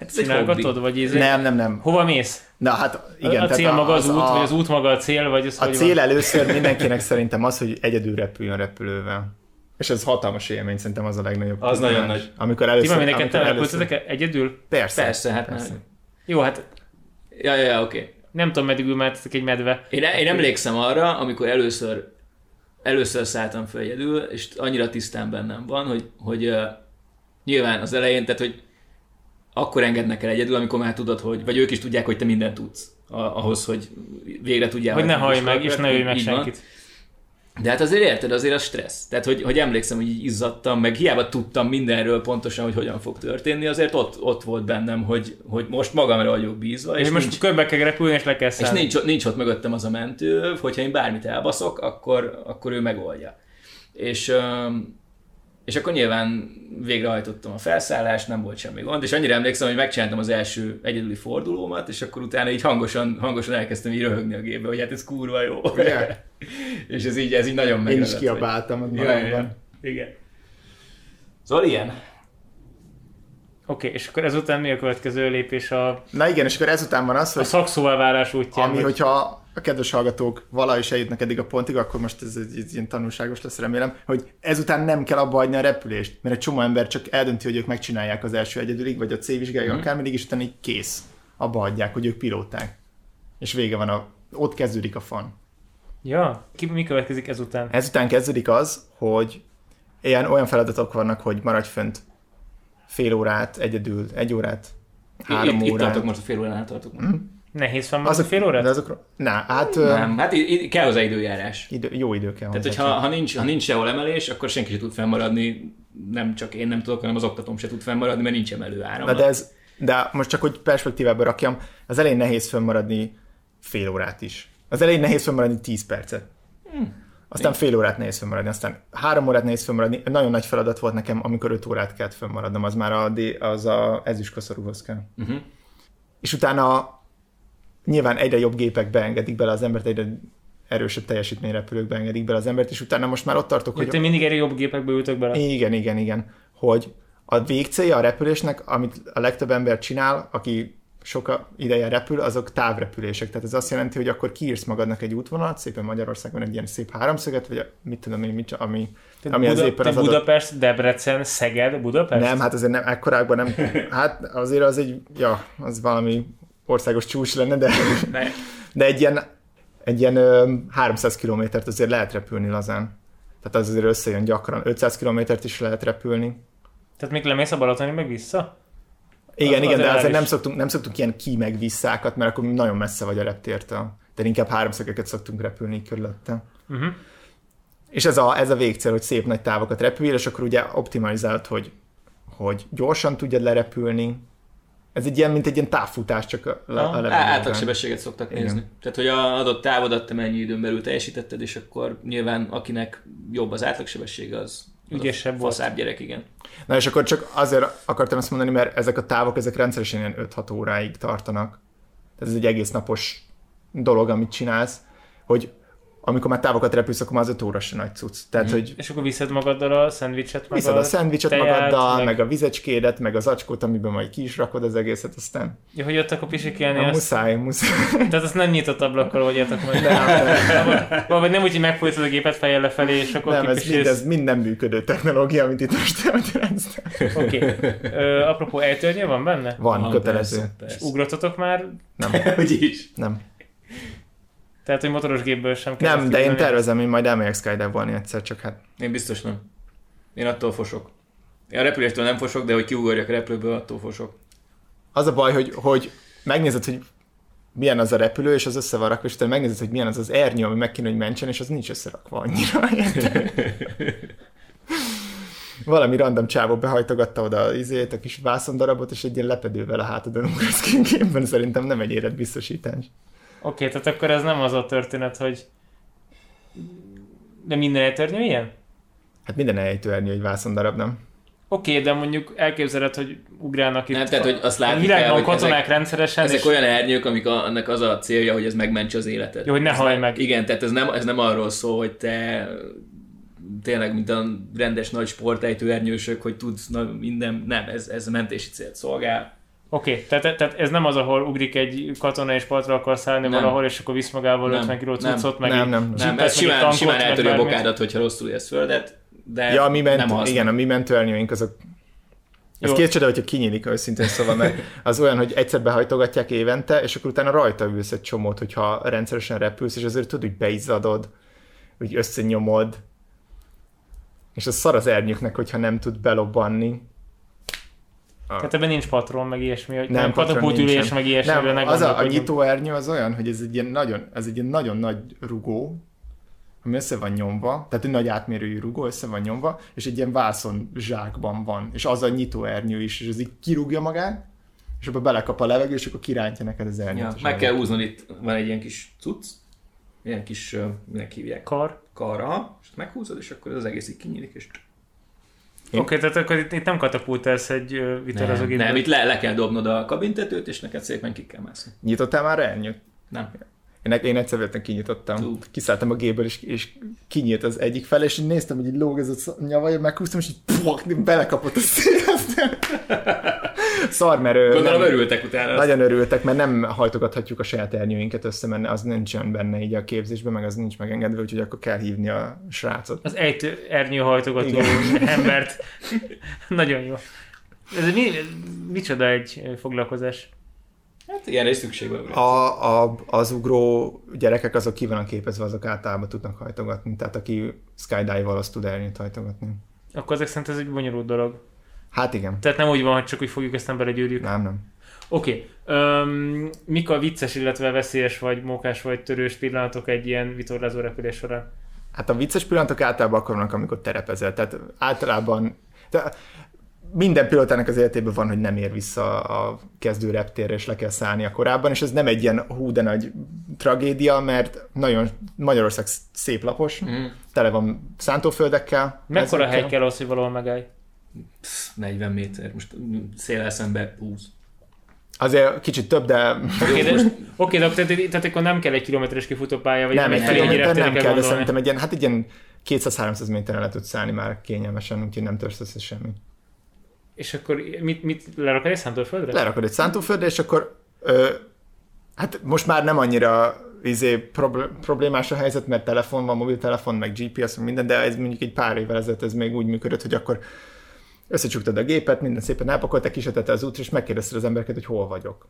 Hát ez egy csinálgatod, hobbi. vagy ez Nem, nem, nem. Hova mész? Na hát igen. A cél tehát maga az, az út, a, vagy az út maga a cél, vagy az A hogy cél van? először mindenkinek szerintem az, hogy egyedül repüljön repülővel. És ez hatalmas élmény, szerintem az a legnagyobb. Az kihívás. nagyon nagy. Amikor Ti először... van mindenket amikor repültetek egyedül? Persze. Persze, hát persze. már. Jó, hát Ja, ja, ja, oké. Okay. nem tudom, meddig ülmeltetek egy medve. Én, én emlékszem arra, amikor először először szálltam fel egyedül, és annyira tisztán bennem van, hogy, hogy uh, nyilván az elején, tehát hogy akkor engednek el egyedül, amikor már tudod, hogy, vagy ők is tudják, hogy te mindent tudsz ahhoz, hogy végre tudjál. Hogy ne hajj meg, és ne ölj meg senkit. Van. De hát azért érted, azért a stressz. Tehát, hogy, hogy emlékszem, hogy így izzadtam, meg hiába tudtam mindenről pontosan, hogy hogyan fog történni, azért ott, ott volt bennem, hogy, hogy most magamra vagyok bízva. És, és most nincs, körbe kell repülni, és le kell szállni. és nincs, nincs ott mögöttem az a mentő, hogyha én bármit elbaszok, akkor, akkor ő megoldja. És, és akkor nyilván végrehajtottam a felszállást, nem volt semmi gond, és annyira emlékszem, hogy megcsináltam az első egyedüli fordulómat, és akkor utána így hangosan, hangosan elkezdtem így röhögni a gépbe, hogy hát ez kurva jó. Yeah. És ez így, ez így nagyon Én megradott. is kiabáltam az Ja, magamban. ja. Igen. Szóval ilyen. Oké, okay, és akkor ezután mi a következő lépés a, Na igen, és akkor ezután van az, a hogy szakszóvá válás útján? ami, vagy... hogyha a kedves hallgatók valahogy is eljutnak eddig a pontig, akkor most ez egy, egy ilyen tanulságos lesz, remélem, hogy ezután nem kell abba hagyni a repülést, mert egy csomó ember csak eldönti, hogy ők megcsinálják az első egyedülig, vagy a C-vizsgája, mm. akármilyen, és utána így kész. Abba hagyják, hogy ők pilóták. És vége van, a, ott kezdődik a fan. Ja, ki, mi következik ezután? Ezután kezdődik az, hogy ilyen, olyan feladatok vannak, hogy maradj fönt fél órát, egyedül, egy órát, három itt, itt órát. tartok most, a fél óránál tartok. Mm. Nehéz van Azok, a fél órát? De azokról, na, hát... Nem, hát i- i- kell hozzá időjárás. Idő, jó idő kell Tehát, hozzá. hogyha ha nincs, ha nincs sehol emelés, akkor senki sem tud fennmaradni, nem csak én nem tudok, hanem az oktatóm se tud fennmaradni, mert nincs emelő áram. Na de, ez, de most csak, hogy perspektívába rakjam, az elején nehéz fönnmaradni fél órát is. Az elején nehéz fönnmaradni tíz percet. Hmm. Aztán fél órát nehéz fönnmaradni, aztán három órát nehéz fönnmaradni. Nagyon nagy feladat volt nekem, amikor öt órát kellett fönnmaradnom, az már a, az a ezüstkoszorúhoz kell. Uh-huh. És utána nyilván egyre jobb gépek beengedik bele az embert, egyre erősebb teljesítményrepülők beengedik bele az embert, és utána most már ott tartok, hogy... Te mindig egyre jobb gépekbe ültök bele? Igen, igen, igen. Hogy a végcélja a repülésnek, amit a legtöbb ember csinál, aki sok ideje repül, azok távrepülések. Tehát ez azt jelenti, hogy akkor kiírsz magadnak egy útvonalat, szépen Magyarországon egy ilyen szép háromszöget, vagy mit tudom én, mit, ami, ami Buda, az éppen az Budapest, adott... Debrecen, Szeged, Budapest? Nem, hát azért nem, ekkorákban nem. Hát azért az egy, ja, az valami országos csúcs lenne, de, de egy ilyen, egy ilyen ö, háromszáz kilométert azért lehet repülni lazán. Tehát az azért összejön gyakran. ötszáz kilométert is lehet repülni. Tehát még lemész a Balatoni meg vissza? Igen, az, igen, az de azért is. nem szoktunk, nem szoktunk ilyen ki meg visszákat, mert akkor nagyon messze vagy a reptértől. De inkább háromszögeket szoktunk repülni körülötte. Uh-huh. És ez a, ez a végcél, hogy szép nagy távokat repüljél, és akkor ugye optimalizálod, hogy, hogy gyorsan tudjad lerepülni. Ez egy ilyen, mint egy ilyen távfutás, csak a, a levegőben. Átlagsebességet szoktak Igen. nézni. Tehát, hogy a adott távodat te mennyi időn belül teljesítetted, és akkor nyilván akinek jobb az átlagsebessége, az ügyesebb volt. Faszább gyerek, igen. Na és akkor csak azért akartam ezt mondani, mert ezek a távok, ezek rendszeresen ilyen öt-hat óráig tartanak. Tehát ez egy egész napos dolog, amit csinálsz, hogy amikor már távokat repülsz, akkor már az öt óra se nagy cucc. Tehát, mm. hogy és akkor viszed magaddal a szendvicset, meg viszed a, a szendvicset teját, magaddal, meg... meg meg a vizecskédet, meg az acskót, amiben majd ki is rakod az egészet, aztán... Ja, hogy jöttek a pisikélni Na, azt... muszáj, muszáj. Tehát azt nem nyitott ablakkal, hogy jöttek majd. Nem, nem. Vagy nem úgy, hogy megfojtod a gépet fejjel lefelé, és akkor Nem, ez kipisélsz. mind, ez mind nem működő technológia, amit itt most elmagyaráztam. Oké. Okay. Apropó, eltörnyő van benne? Van, Ah, kötelező. persze, persze. És ugrottatok már? Nem, Hogy is. nem. Tehát, hogy motoros gépből sem kell. Nem, de én tervezem, hogy majd elmegyek skydive-olni egyszer, csak hát... Én biztos nem. Én attól fosok. Én a repüléstől nem fosok, de hogy kiugorjak a repülőből, attól fosok. Az a baj, hogy, hogy megnézed, hogy milyen az a repülő, és az össze van rakva, és utána megnézed, hogy milyen az az ernyő, ami meg kéne, hogy mentsen, és az nincs összerakva annyira. Valami random csávó behajtogatta oda az izét, a kis vászondarabot, és egy ilyen lepedővel a hátadon ugrasz ki képben, szerintem nem egy életbiztosítás. Oké, okay, tehát akkor ez nem az a történet, hogy de minden eltörnyő ilyen? Hát minden ejtőernyő egy vászondarab, nem? Oké, okay, de mondjuk elképzeled, hogy ugrálnak itt Nem, tehát, hogy azt látni a világban kell, hogy katonák ezek, rendszeresen. ezek és... olyan ernyők, amik a, annak az a célja, hogy ez megmentse az életed. Jó, hogy ne ez hallj nem, meg. Igen, tehát ez nem, ez nem arról szól, hogy te tényleg, mint a rendes nagy sportejtőernyősök, hogy tudsz na, minden, nem, ez, ez mentési célt szolgál. Oké, okay, tehát, tehát ez nem az, ahol ugrik egy katona és partra akar szállni nem. valahol, és akkor visz magával nem. ötven kiló cuccot, meg nem, nem, nem, ez simán, simán eltöri a bokádat, hogyha rosszul érsz földet, de ja, mi ment, nem az. Igen, a mi mentőernyőink azok. Ez két csoda, hogyha kinyílik őszintén szóval, mert az olyan, hogy egyszer behajtogatják évente, és akkor utána rajta ülsz egy csomót, hogyha rendszeresen repülsz, és azért tudod, hogy beizzadod, hogy összenyomod, és az szar az ernyőknek, hogyha nem tud belobbanni. Tehát ebben nincs patron, meg ilyesmi, hogy nem, katapultülés, meg ilyesmi. Nem, az a, a nyitóernyő az olyan, hogy ez egy ilyen nagyon, ez egy ilyen nagyon nagy rugó, ami össze van nyomva, tehát egy nagy átmérőjű rugó össze van nyomva, és egy ilyen vászon zsákban van, és az a nyitóernyő is, és ez így kirúgja magát, és abba belekap a levegő, és akkor kirántja neked az ernyőt. Ja, meg kell húznod, itt van egy ilyen kis cucc, ilyen kis, uh, minek hívják? Kar. Karra, és meghúzod, és akkor az egész így kinyílik, és... Oké, okay, tehát akkor itt, itt nem katapultálsz egy uh, vitorlázógépből. Nem, nem, itt le, le kell dobnod a kabintetőt, és neked szépen ki kell mászni. Nyitottál már ernyőt? Nem. Én, én egyszer véletlenül kinyitottam. Uh. Kiszálltam a gépből, és, és kinyílt az egyik fel, és így néztem, hogy így lóg ez a nyavaj, meghúztam, és így puh, belekapott a szél. Szar, mert... Gondolom nem, örültek utána. Nagyon azt. Örültek, mert nem hajtogathatjuk a saját ernyőinket össze, mert az nincsen benne így a képzésben, meg az nincs megengedve, úgyhogy akkor kell hívni a srácot. Az egy ernyőhajtogató embert. Nagyon jó. Ez mi, micsoda egy foglalkozás? Hát ilyenre is szükség van. A, a, az ugró gyerekek azok ki vannak képezve, azok általában tudnak hajtogatni. Tehát aki skydive-val, az tud ernyőt hajtogatni. Akkor ezek szerint ez egy bonyolult dolog. Hát igen. Tehát nem úgy van, hogy csak úgy fogjuk, aztán belegyűrjük. Nem, nem. Oké. Okay. Um, mik a vicces, illetve veszélyes, vagy mókás, vagy törős pillanatok egy ilyen vitorlázó repülés során? Hát a vicces pillanatok általában akkor vannak, amikor terepezel. Tehát általában... De minden pilotának az életében van, hogy nem ér vissza a kezdő reptérre, és le kell szállnia korábban, és ez nem egy ilyen hú de nagy tragédia, mert nagyon Magyarország szép lapos, mm. tele van szántóföldekkel. Mekkora hely kell az, hogy valahol megállj? negyven méter, most széllel szembe húsz. Azért kicsit több, de... Oké, de, okay, de tehát, tehát akkor nem kell egy kilométeres kifutópálya, vagy nem, egy kilométer nem kell, de szerintem egy ilyen, hát egy ilyen kétszáz-háromszáz méteren le tudsz szállni már kényelmesen, úgyhogy nem törsz össze semmi. És akkor mit, mit lerakod egy szántóföldre? Lerakod egy szántóföldre, és akkor ö, hát most már nem annyira izé, problémás a helyzet, mert telefon van, mobiltelefon, meg gé pé es, meg minden, de ez mondjuk egy pár évvel ezelőtt ez még úgy működött, hogy akkor összecsuktad a gépet, minden szépen elpakoltad, kisetette az útra, és megkérdezted az embereket, hogy hol vagyok.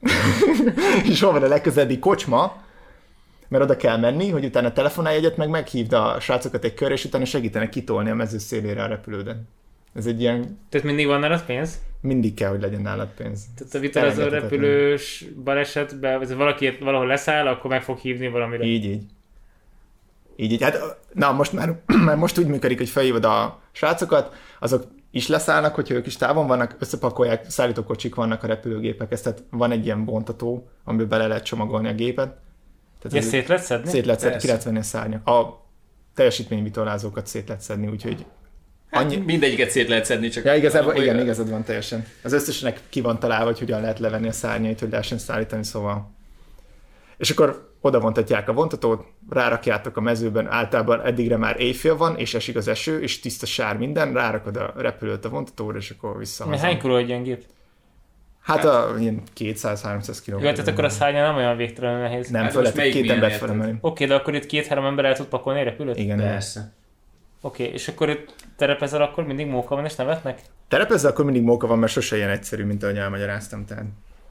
És hol van a legközelebbi kocsma, mert oda kell menni, hogy utána telefonálj egyet, meg meghívd a srácokat egy kör, és utána segítenek kitolni a mező szélére a repülőden. Ez egy ilyen... Tehát mindig van nálad pénz? Mindig kell, hogy legyen nálad pénz. Tehát a vitorlázó repülős balesetben, vagy valaki valahol leszáll, akkor meg fog hívni valamire. Így, így. Így, így. Hát, na, most már, már most úgy működik, hogy felhívod a srácokat, azok is leszállnak, hogyha ők is távol vannak, összepakolják, szállítókocsik vannak a repülőgépekhez, tehát van egy ilyen bontató, amiben bele lehet csomagolni a gépet. Tehát ja, szét lehet szedni? Szét lehet szedni, ki lehet venni a szárnyak. A teljesítményvitorlázókat szét lehet szedni, úgyhogy annyi... hát mindegyiket szét lehet szedni, csak... Ja, igazából, igen, olyan... igazad van teljesen. Az összesnek ki van találva, hogy hogyan lehet levenni a szárnyait, hogy lehessen szállítani, szóval... És akkor oda vontatják a vontatót, rárakjátok a mezőben, általában eddigre már éjfél van, és esik az eső, és tiszta sár minden, rárakod a repülőt a vontatóra, és akkor vissza. Hány kiló egy ilyen gép? Hát a ilyen kétszáz-háromszáz kilométer. Jó, tehát akkor a szárnya nem olyan végtelenül nehéz. Nem, hát föl lehet két embert felemelni. Oké, okay, de akkor itt két-három ember el tud pakolni egy repülőt? Igen. Persze. Oké, okay, és akkor itt terepezel, akkor mindig móka van és nevetnek? Terepezel, akkor mindig móka van, mert sose ilyen egyszerű, mint ahogy elmagyaráztam. Tehát...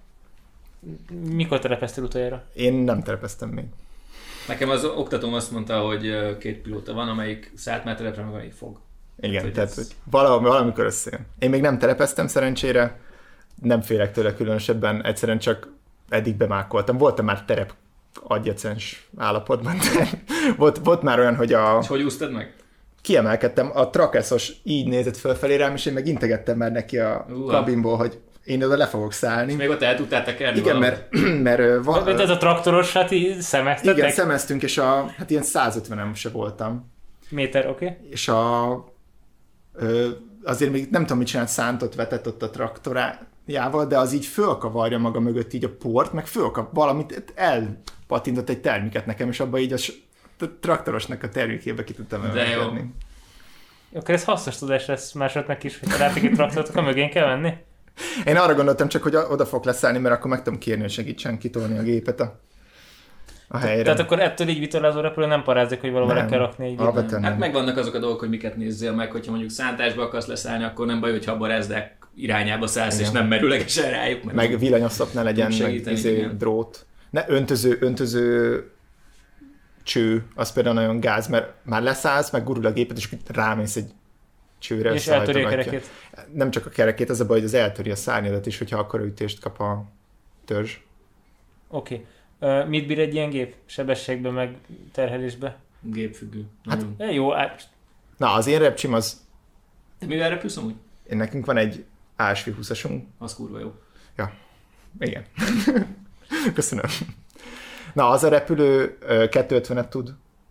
Mikor terepeztél utoljára? Én nem terepeztem még. Nekem az oktatóm azt mondta, hogy két pilóta van, amelyik szállt már terepre, meg amelyik fog. Igen, hát, tehát ez... valami, valamikor összejön. Én még nem terepeztem szerencsére, nem félek tőle különösebben, egyszerűen csak eddig bemákoltam. Voltam már terep adjacens állapotban. volt, volt már olyan, hogy a... És hogy úsztad meg? Kiemelkedtem, a trakeszos így nézett fölfelé rám, és én meg integettem már neki a uh-huh. kabinból, hogy én oda le fogok szállni. És még ott el tudtál tekerni. Igen, mert... mert va... de ez a traktoros, hát így szemeztetek? Igen, szemeztünk, és a, hát ilyen százötvenem se voltam. Méter, oké. Okay. És a... Ö, azért még nem tudom, mit csinált, szántot vetett ott a traktorjával, de az így fölkavarja maga mögött így a port, meg fölkap valamit, elpatintott egy termiket nekem, és abban így a traktorosnak a termékébe ki tudtam emelkedni. Akkor ez hasznos tudás lesz másodnak is, hogy találtak egy traktort, akkor mögén kell venni? Én arra gondoltam csak, hogy oda fog leszállni, mert akkor meg tudom kérni, hogy segítsen kitolni a gépet a, a helyre. Tehát akkor ettől így vitorlázó repülő nem parázik, hogy valahol le kell rakni egy alapvetően Hát nem. megvannak azok a dolgok, hogy miket nézzél meg, hogyha mondjuk szántásba akarsz leszállni, akkor nem baj, hogyha a barázdák irányába szállsz, Igen. és nem merőlegesen rájuk. Mert Meg villanyoszlop ne legyen, meg segíteni, izé, igen. drót. Ne, öntöző, öntöző cső, az például nagyon gáz, mert már leszállsz, meg gurul a gépet, és rámész egy csőre, és eltöri a összehajtogatja. kerekét. Nem csak a kerekét, az a baj, hogy az eltöri a szárnyadat is, hogyha akkor ütést kap a törzs. Oké. Okay. Uh, mit bír egy ilyen gép? Sebességbe, meg terhelésbe? Gépfüggő. Hát- Nagyon. Ja, jó, át... Na, az én repcsim az, Te mivel repülsz amúgy? én nekünk van egy á es vé húszasunk. Az kurva jó. Igen. Köszönöm. Na, az a repülő ö, kétszázötvenet tud.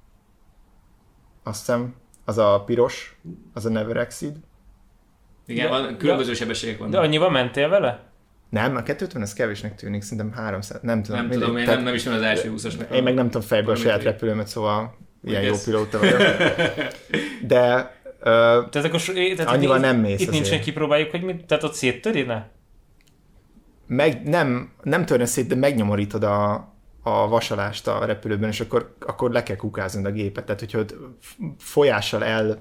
Azt hiszem, az a piros, az a Never Exceed. Igen, De- van, különböző sebességek vannak. De annyival mentél vele? Nem, a kétszázötven ez kevésnek tűnik, szerintem háromszáz, nem tudom. Nem mindegy. tudom, én Tehát nem, nem ismerem az első húszasnak. Én meg nem tudom fejből a Valamit saját így. repülőmet, szóval ilyen Meg jó ez. pilóta vagyok. De ö, Tehát akkor so, é, tehát annyival itt, nem mész Itt azért. nincsen kipróbáljuk, hogy mit, tehát ott széttöri, ne? meg nem, nem törne szét, de megnyomorítod a, a vasalást a repülőben, és akkor, akkor le kell kukáznod a gépet. Tehát, hogyha ott folyással el,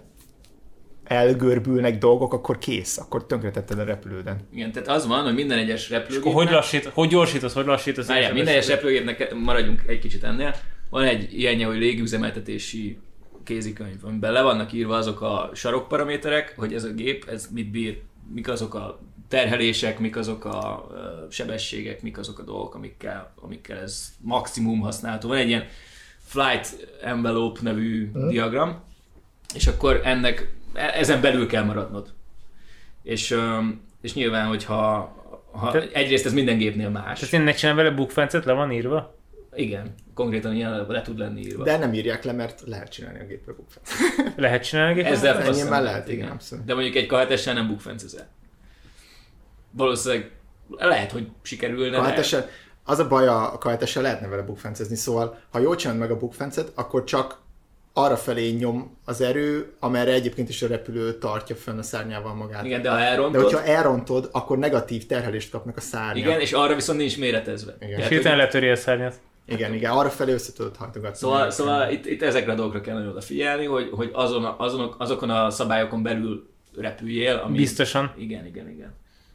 elgörbülnek dolgok, akkor kész, akkor tönkretetted a repülőden. Igen, tehát az van, hogy minden egyes És akkor repülőgépnek... hogy lassít, hogy gyorsítasz, hogy lassítasz? Várjál, minden egyes repülőgépnek maradjunk egy kicsit ennél. Van egy ilyenje, hogy légüzemeltetési kézikönyv, amiben le vannak írva azok a sarokparaméterek, hogy ez a gép, ez mit bír, mik azok a terhelések, mik azok a ö, sebességek, mik azok a dolgok, amikkel, amikkel ez maximum használható. Van egy ilyen flight envelope nevű Hmm. diagram, és akkor ennek e- ezen belül kell maradnod. És, öm, és nyilván, hogyha ha Te- egyrészt ez minden gépnél más. Tehát én ne csinálom vele bukfencet, le van írva? Igen, konkrétan ilyen le tud lenni írva. De nem írják le, mert lehet csinálni a gépre bukfenc. Lehet csinálni egy Ezzel Ennyi faszom már lehet, igen, abszolút. De mondjuk egy kahetessel nem bukfencezel. Valószínűleg lehet, hogy sikerülne. Kahetessel, az a baj, a kahetessel lehetne vele bukfencezni, szóval ha jól csinálod meg a bukfencet, akkor csak arra felé nyom az erő, amerre egyébként is a repülő tartja fönn a szárnyával magát. Igen, de ha De elrontod, hogyha elrontod, akkor negatív terhelést kapnak a szárnyak. igen, és arra viszont nincs méretezve. Igen. És Tehát, hirtelen hogy- letöri a szárnyat. Igen, igen, arra felé össze tudod hajtogatni. Szóval, szóval itt, itt ezekre a dolgokra kell nagyon odafigyelni, hogy, hogy azon, a- azon, azokon a szabályokon belül repüljél. Ami... Biztosan. Igen, igen, igen.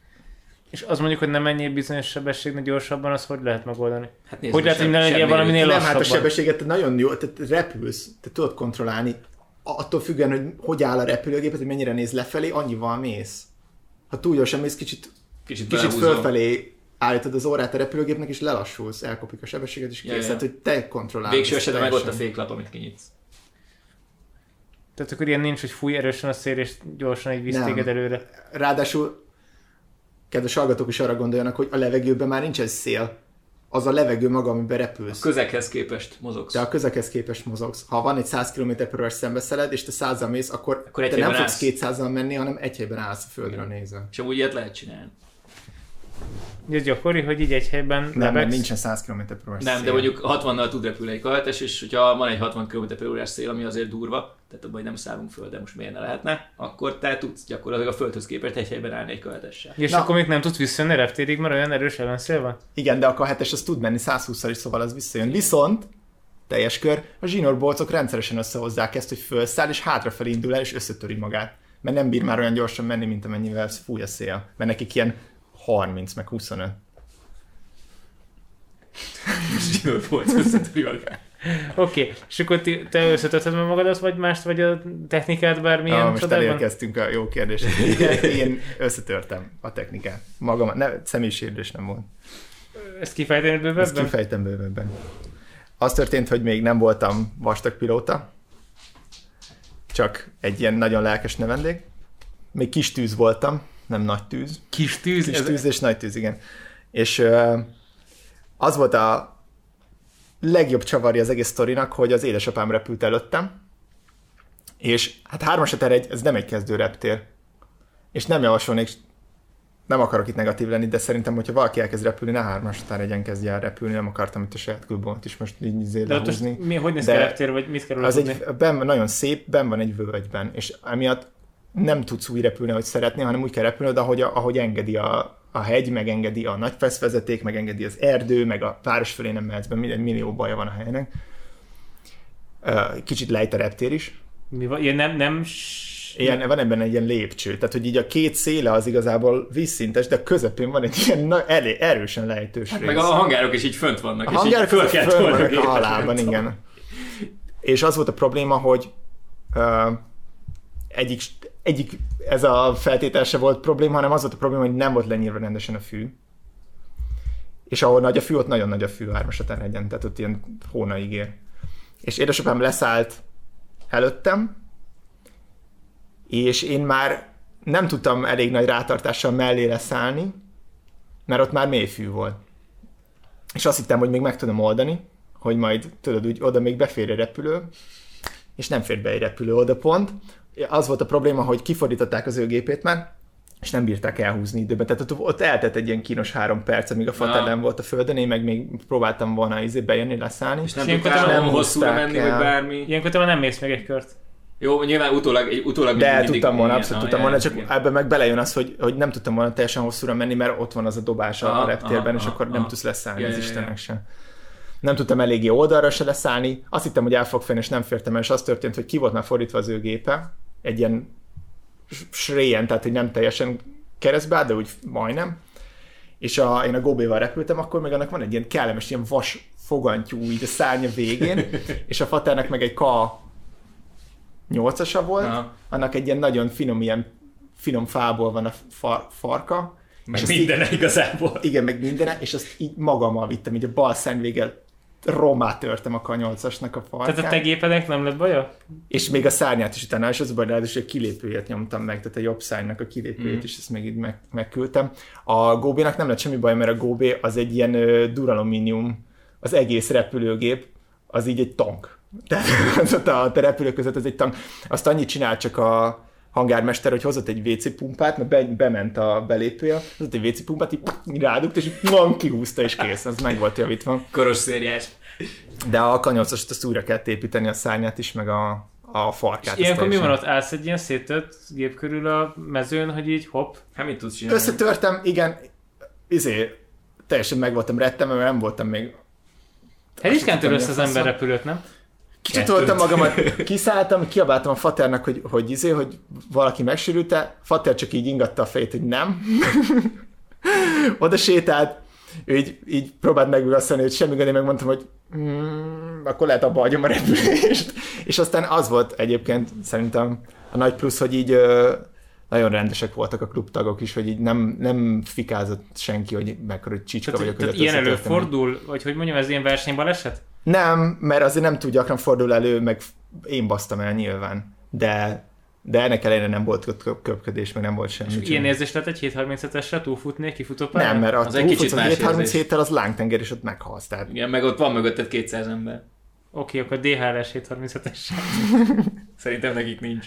És az mondjuk, hogy nem menjél bizonyos sebességnek gyorsabban, az hogy lehet megoldani? Hát nézd, Hogy lehet, sem- hogy ne legyél semmi- valaminél Nem, hát a lassabban? sebességet te nagyon jó, te repülsz, te tudod kontrollálni, attól függően, hogy hogy áll a repülőgépet, hogy mennyire néz lefelé, annyival mész. Ha túl gyorsan mész, kicsit, Kicsit, kicsit belehúzol. fölfelé állítod az órát a repülőgépnek, és lelassulsz, elkopik a sebességet, és Ja, kész. ja. Tehát, hogy te kontrollálod. Végső ezt esetben meg ott a teljesen. féklap, amit kinyitsz. Tehát akkor ilyen nincs, hogy fúj erősen a szél, és gyorsan egy visz Nem. téged előre. Ráadásul, kedves hallgatók is arra gondoljanak, hogy a levegőben már nincs ez szél. Az a levegő maga, amiben A repülsz. közeghez képest mozogsz. Te a közekhez képest mozogsz. Ha van egy száz kilométer per órás szembeszeled, és te százzal mész, akkor, Akkor egy te nem helyben fogsz állsz. kétszázzal menni, hanem egy helyben állsz a földről nézve. És amúgy ilyet lehet csinálni. Ez gyakori, hogy így egy helyben Nem, mert lebegsz. nincsen száz kilométer per órás Nem, szél. de mondjuk hatvannal tud repülni egy kahetes, és hogyha van egy hatvan kilométer per órás szél, ami azért durva, tehát abban nem szállunk föl, de most miért ne lehetne, akkor te tudsz gyakorlatilag a földhöz képest egy helyben állni egy kahetessel. És Na. akkor még nem tudsz visszajönni reptérig, mert olyan erős ellenszél van? Igen, de a K hetes az tud menni száz hússzal is, szóval az visszajön. Viszont, teljes kör, a zsinórbolcok rendszeresen összehozzák ezt, hogy felszáll, és hátrafelé indul el, és összetöri magát. Mert nem bír már olyan gyorsan menni, mint amennyivel fúj a szél. Mert nekik ilyen harminc, meg huszonöt. Zsinór volt összetöri magát. Oké, okay. És akkor ti, te összetölted meg magadat, vagy mást, vagy a technikát bármilyen Ah, most csodában? elérkeztünk a jó kérdéshez. Igen, én összetörtem a technikát. Magam, ne, személyiségedés nem volt. Ezt kifejteni Ezt bővebben? kifejtem bővebben. Az történt, hogy még nem voltam vastagpilóta, csak egy ilyen nagyon lelkes növendék. Még kis tűz voltam, nem nagy tűz. Kis tűz? Kis ez... tűz és nagy tűz, igen. És uh, az volt a legjobb csavarja az egész sztorinak, hogy az édesapám repült előttem, és hát hármaseter egy, ez nem egy kezdő reptér. És nem javasolnék, nem akarok itt negatív lenni, de szerintem, hogyha valaki elkezd repülni, ne hármaseter egyen kezdje el repülni, nem akartam itt a saját klubot is most így izé De ott most lehúzni. mi, hogy néz ki De a reptér, vagy mit kell róla Az tudni? egy, ben, nagyon szép, ben van egy völgyben, és emiatt nem tudsz úgy repülni, ahogy szeretnél, hanem úgy kell repülnöd, ahogy, ahogy engedi a, a hegy megengedi, a nagy feszvezeték megengedi, az erdő, meg a város fölé nem mehetsz be, minden millió baja van a helynek. Kicsit lejt a reptér is. Mi van? Ilyen nem... nem... Ilyen, van ebben egy ilyen lépcső, tehát hogy így a két széle az igazából vízszintes, de a közepén van egy ilyen na, elé, erősen lejtős hát rész. meg a hangárok is így fönt vannak, a és hangárok így föl kell föl vannak a halálban, igen. És az volt a probléma, hogy uh, egyik, egyik ez a feltétel se volt probléma, hanem az volt a probléma, hogy nem volt lenyírva rendesen a fű. És ahol nagy a fű, ott nagyon nagy a fű Ármasatán hegyen, tehát ott ilyen hónaig ér. És édesapám leszállt előttem, és én már nem tudtam elég nagy rátartással mellé leszállni, mert ott már mély fű volt. És azt hittem, hogy még meg tudom oldani, hogy majd tudod, úgy oda még befér egy repülő, és nem fér be egy repülő oda pont. Az volt a probléma, hogy kifordították az ő gépét már, és nem bírták elhúzni időben. Tehát ott, ott eltett egy ilyen kínos három perc, amíg a fater nem volt a földön, én meg még próbáltam volna izé bejönni, leszállni. És nem tudtál nem hosszúra menni, vagy bármi. Ilyenkor te már nem mész meg egy kört. Jó, nyilván utólag, utólag de mindig, tudtam volna, igen, abszolút ah, tudtam volna, igen, csak igen. ebben meg belejön az, hogy, hogy nem tudtam volna teljesen hosszúra menni, mert ott van az a dobás Aha, a reptérben, aha, és aha, akkor nem aha. tudsz leszállni Ja, az ja, Istennek ja. sem. Nem tudtam eléggé oldalra se leszállni, azt hittem, hogy el fog fenni, és nem fértem el, és az történt, hogy ki volt már fordítva az ő gépe, egy ilyen sréjen, tehát hogy nem teljesen keresztbe áll, de úgy majdnem. És a, én a Gobéval repültem, akkor meg annak van egy ilyen kellemes, ilyen vas fogantyú így a szárnya végén, és a faternek meg egy K nyolcasa volt, Aha. annak egy ilyen nagyon finom, ilyen finom fából van a far, farka. Meg és mindene így, igazából. igen, meg mindene, és azt így magammal vittem, így a bal szárnyvéggel rommá törtem a K nyolcasnak a farkát. Tehát a te gépednek nem lett baja? És még a szárnyát is utána, és az a baj, ráadásul a kilépőjét nyomtam meg, tehát a jobb szárnynak a kilépőjét Mm. is, ezt még így meg, megküldtem. A Gobénak nem lett semmi baj, mert a Gobé az egy ilyen ö, duralumínium, az egész repülőgép, az így egy tank. Tehát az ott a, a repülők között az egy tank. Azt annyit csinált csak a hangármester, hogy hozott egy vé cé pumpát, mert be, bement a belépője, hozott egy vé cé pumpát, így rádugt, és így kihúzta, és kész, az meg volt javítva. Karosszériás. De a K nyolcast azt újra kellett építeni, a szárnyát is, meg a, a farkát. És ilyenkor mi van ott? Állsz egy ilyen széttört gép körül a mezőn, hogy így hopp? Hát mit tudsz csinálni? Összetörtem, igen, izé, teljesen meg voltam rettemve, mert nem voltam még... Hát ritkán tör Azt össze az hittem, ember mi a repülőt, nem? Kicsatoltam magamat, kiszálltam, kiabáltam a faternak, hogy, hogy izé, hogy valaki megsérült-e, fater csak így ingatta a fejét, hogy nem. Oda sétált, ő így, így próbált megugasztani, hogy semmi gond, én megmondtam, hogy mm, akkor lehet abba hagyom a repülést. És aztán az volt egyébként szerintem a nagy plusz, hogy így ö, nagyon rendesek voltak a klubtagok is, hogy így nem, nem fikázott senki, hogy mekkora csicska Tehát, vagyok. tehát hogy ilyen ott összetörtem. előfordul, vagy hogy mondjam, ez ilyen versenybaleset? Nem, mert azért nem túl gyakran fordul elő, meg én basztam el nyilván. De, de ennek ellenére nem volt ott köpködés, meg nem volt semmi. És ilyen érzés lett egy hétszázharminchetesre túlfutni, kifutópályán? Nem, mert Az a egy kicsit túlfutó más hétszázharminchéttel az lángtenger, és ott meghalsz. Tehát Igen, meg ott van mögötted kétszáz ember. Oké, akkor dé há er-es hétszázharminchetessel. Szerintem nekik nincs.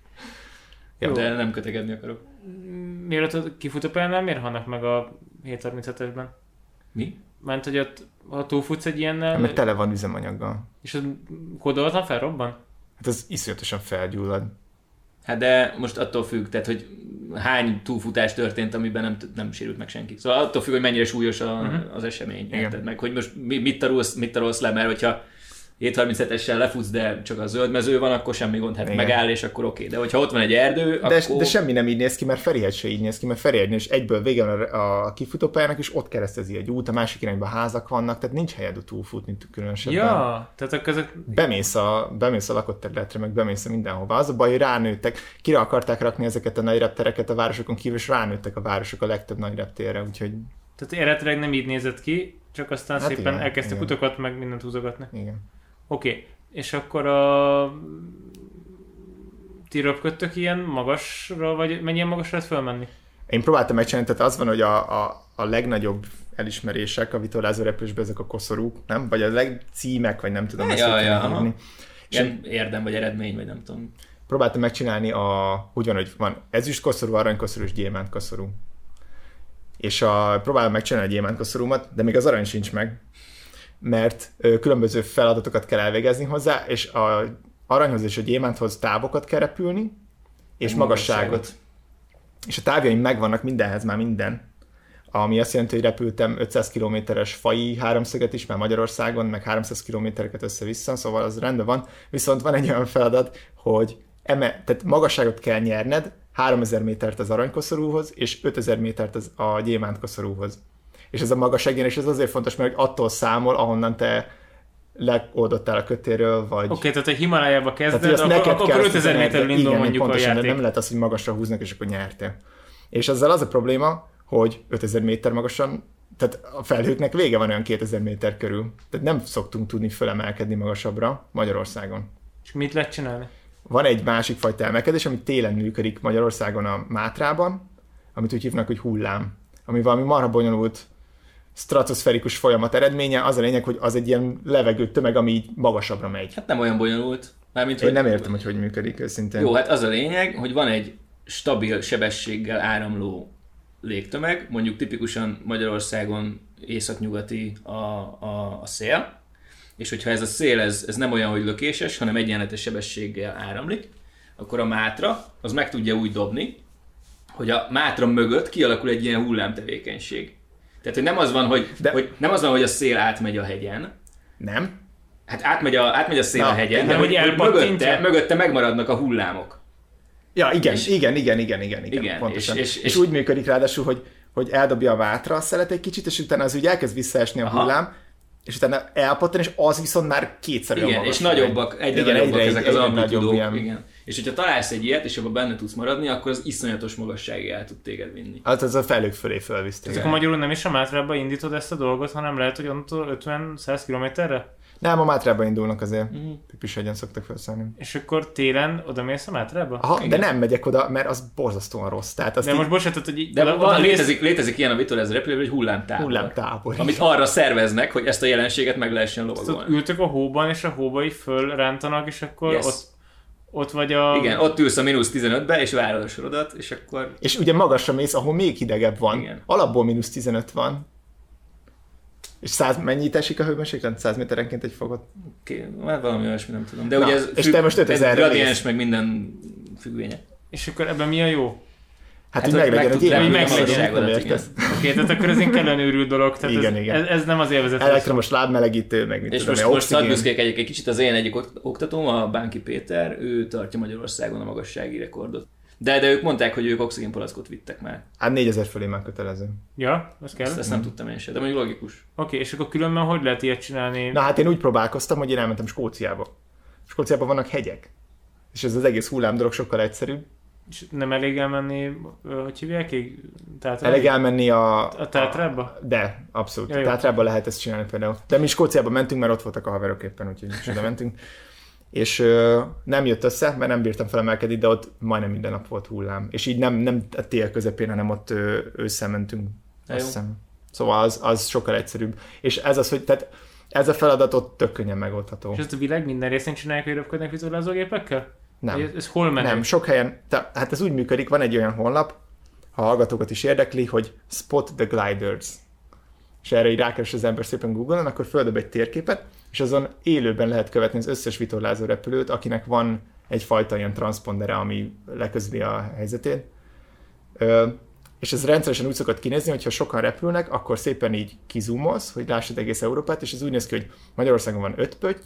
Jó. De nem kötekedni akarok. Mielőtt a kifutópályánál miért halnak meg a hétszázharminchetesben? Mi? Mert hogy ott, ha túlfutsz egy ilyennel, mert tele van üzemanyaggal. és az kódoltan felrobban? Hát az iszonyatosan felgyullad. Hát de most attól függ, tehát hogy hány túlfutás történt, amiben nem, nem sérült meg senki. Szóval attól függ, hogy mennyire súlyos a, uh-huh. az esemény. Érted meg, hogy most mi- mit tarolsz, mit tarolsz le, mert hogyha hétszázharminchetessel lefutsz, de csak a zöld mező van, akkor semmi gond, hát Igen. megáll, és akkor oké. De hogyha ott van egy erdő, De, akkor... de semmi nem így néz ki, mert Ferihegy se így néz ki, mert Ferihegynél is egyből vége van a, a kifutópályának, és ott keresztezi egy út, a másik irányban házak vannak, tehát nincs helyed túlfutni különösebben. Ja, tehát akkor ezek... Bemész a, bemész a lakott területre, meg bemész a mindenhova. Az a baj, hogy ránőttek, kire akarták rakni ezeket a nagy reptereket a városokon kívül, és ránőttek a városok a legtöbb nagy reptérre, úgyhogy Tehát eredetileg nem így nézett ki, csak aztán Hát szépen igen, elkezdtek igen. utakat, meg mindent húzogatni. igen. Oké, okay. És akkor a... ti röpködtök ilyen magasra, vagy mennyien magasra lehet fölmenni? Én próbáltam megcsinálni, tehát az van, hogy a, a, a legnagyobb elismerések a vitorlázó repülésben ezek a koszorúk, nem? Vagy a legcímek, vagy nem tudom, Ja, ezt ja, ja, ja, hívni. És ilyen érdem, vagy eredmény, vagy nem tudom. próbáltam megcsinálni a, úgy van, hogy van ezüst koszorú, aranykoszorú és gyémánt koszorú. És a, próbálom megcsinálni a gyémánt koszorúmat, de még az arany sincs meg, mert ö, különböző feladatokat kell elvégezni hozzá, és a aranyhoz és a gyémánthoz távokat kell repülni, és Egy magasságot. magasságot. És a távjaim megvannak mindenhez, már minden. ami azt jelenti, hogy repültem ötszáz kilométeres faji háromszöget is, már Magyarországon, meg háromszáz kilométereket össze-vissza, szóval az rendben van. Viszont van egy olyan feladat, hogy eme, tehát magasságot kell nyerned, háromezer métert az aranykoszorúhoz, és ötezer métert az a gyémántkoszorúhoz. És ez a magasságnyerés ez azért fontos, mert attól számol, ahonnan te legoldottál a kötéről, vagy... Oké, okay, tehát a Himalájába kezded, tehát, akkor, akkor ötezer méterről indul igen, mondjuk pontosan, a játék. Nem lehet az, hogy magasra húznak, és akkor nyertél. És ezzel az a probléma, hogy ötezer méter magasan, tehát a felhőknek vége van olyan kétezer méter körül. Tehát nem szoktunk tudni fölemelkedni magasabbra Magyarországon. És mit lehet csinálni? Van egy másik fajta emelkedés, ami télen működik Magyarországon a Mátrában, amit úgy hívnak, hogy hullám. Ami valami marha bonyolult stratoszferikus folyamat eredménye. Az a lényeg, hogy az egy ilyen levegő tömeg, ami így magasabbra megy. Hát nem olyan bonyolult. Mármint, Én hogy... nem értem, hogy hogy működik őszintén. Jó, hát az a lényeg, hogy van egy stabil sebességgel áramló légtömeg, mondjuk tipikusan Magyarországon északnyugati a, a, a szél, és hogyha ez a szél ez, ez nem olyan, hogy lökéses, hanem egyenletes sebességgel áramlik, akkor a Mátra az meg tudja úgy dobni, hogy a Mátra mögött kialakul egy ilyen hullámtevékenység. Tehát, hogy nem az van, hogy, De... hogy, nem az van, hogy a szél átmegy a hegyen. Nem? Hát átmegy a, átmegy a szél Na, a hegyen, de hogy hogy mögötte, mögötte megmaradnak a hullámok. Ja, igen, és, igen, igen, igen, igen, igen, igen pontosan. És, és, és, és úgy működik ráadásul, hogy, hogy eldobja a Mátra a szelet egy kicsit, és utána az úgy elkezd visszaesni a aha. hullám, és utána elpattan, és az viszont már kétszer olyan igen, magas. és nagyobbak, egyre igen, nagyobbak egyre, ezek egyre, az egyre amplitudók. ilyen... Igen. És hogyha találsz egy ilyet, és abban benne tudsz maradni, akkor az iszonyatos magasságig el tud téged vinni. Hát az a felők fölé fölvisz téged. Akkor magyarul nem is a Mátrába indítod ezt a dolgot, hanem lehet, hogy onnantól ötven-száz kilométerre? Nem, a Mátrába indulnak azért. Uh-huh. Pipisegyen szoktak felszállni. És akkor télen oda mész a Mátrába? Aha, igen. de nem megyek oda, mert az borzasztóan rossz. Tehát azt de így... most bocsánat, hogy így De oda, van, oda létezik, létezik ilyen a Vitorlázó repülőben, hogy hullámtábor. Hullámtábor. Amit arra szerveznek, hogy ezt a jelenséget meg lehessen lovagolni. ültök a hóban, és a hóbai fölrántanak, és akkor Yes. ott, ott vagy a... Igen, ott ülsz a mínusz tizenötbe, és várod a sorodat, és akkor... És ugye magasra mész, ahol még hidegebb van. Igen. Alapból mínusz tizenöt van. És száz, mennyit esik a hőmérséklet? száz méterenként egy fogot? Okay, hát valami olyasmi, nem tudom. De Na, ugye ez, és te most ötezerre gradiens, mész. meg minden függvénye. És akkor ebben mi a jó? Hát, Hát, hogy hogy meglegyen, meg hogy tud én repülni a nem magasságodat, értesz. Oké, tehát akkor ez inkább kellene őrült dolog, tehát Igen, ez, igen. Ez, ez nem az élvezet. Elektromos lábmelegítő, meg mit És tudom, most, én, most hadd oxigén. büszkélkedjek egy kicsit, az én egyik ok- oktatóm, a Bánki Péter, ő tartja Magyarországon a magassági rekordot. De, de ők mondták, hogy ők oxigénpalackot vittek már. Hát négyezer fölé már kötelező. Ja, az kell. Ezt, Oké, ezt nem tudtam én sem, de mondjuk logikus. okay, és akkor különben hogy lehet ilyet csinálni? Na hát én úgy próbálkoztam, hogy én elmentem Skóciába. Skóciában vannak hegyek. És ez az egész hullám dolog sokkal egyszerűbb. És nem elég elmenni, ö, hogy hívják így? Tátrába? Elég elmenni a... A Tátrába? De, abszolút. Ja, jó. Tátrában lehet ezt csinálni például. De mi Skóciába mentünk, mert ott voltak a haverok éppen, úgyhogy is oda mentünk. És ö, nem jött össze, mert nem bírtam felemelkedni, de ott majdnem minden nap volt hullám. És így nem, nem a tél közepén, hanem ott ö, ősszel mentünk. Azt hiszem. Szóval az, az sokkal egyszerűbb. És ez az, hogy tehát ez a feladat ott tök könnyen megoldható. És ezt a világ minden részén csinálják, hogy röpködnek vitorlázógépekkel? Nem. Ez, ez hol menő? Nem, sok helyen, te, hát ez úgy működik, van egy olyan honlap, ha hallgatókat is érdekli, hogy Spot the Gliders. És erre így rákeres az ember szépen Google-on, akkor földob egy térképet, és azon élőben lehet követni az összes vitorlázó repülőt, akinek van egyfajta ilyen transpondere, ami leközli a helyzetét. Ö, és ez rendszeresen úgy szokott kinézni, hogy ha sokan repülnek, akkor szépen így kizumolsz, hogy lássad egész Európát, és ez úgy néz ki, hogy Magyarországon van öt pötty,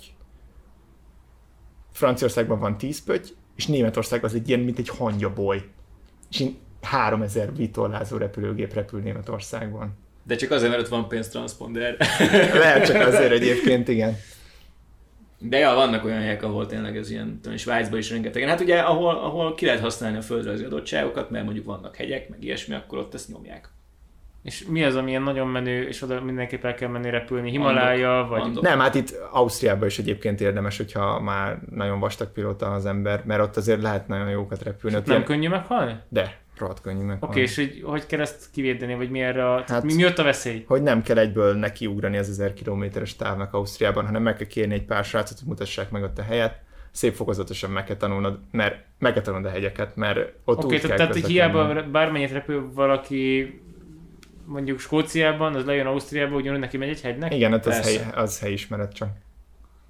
Franciaországban van tíz pötty, és Németország az egy ilyen, mint egy hangyaboly. És így háromezer vitorlázó repülőgép repül Németországban. De csak azért, mert ott van pénztranszponder. Lehet csak azért egyébként, igen. De ja, vannak olyan helyek, ahol tényleg ez ilyen, tudom, Svájcban is rengetegen. Hát ugye, ahol, ahol ki lehet használni a földrajzi adottságokat, mert mondjuk vannak hegyek, meg ilyesmi, akkor ott ezt nyomják. És mi az, ami ilyen nagyon menő, és oda mindenképp el kell menni repülni? Himalája, vagy... Andok. Nem, hát itt Ausztriában is egyébként érdemes, hogyha már nagyon vastag pilóta az ember, mert ott azért lehet nagyon jókat repülni. Ott Nem ilyen... könnyű meghalni? De, rohadt könnyű Oké, meghalni. okay, és így, hogy kell ezt kivédeni, vagy mi erre a... Hát- mi, mi ott a veszély? Hogy nem kell egyből nekiugrani az ezer kilométeres távnak Ausztriában, hanem meg kell kérni egy pár srácot, hogy mutassák meg ott a helyet. Szép fokozatosan meg kell tanulnod, mert meg kell tanulnod a hegyeket, mert ott Oké, úgy okay, kell tehát hogy közlekedni. hiába bármennyit repül valaki mondjuk Skóciában, az lejön Ausztriába, ugyanúgy neki megy egy hegynek? Igen, hát az, Persze. hely, az helyismeret csak.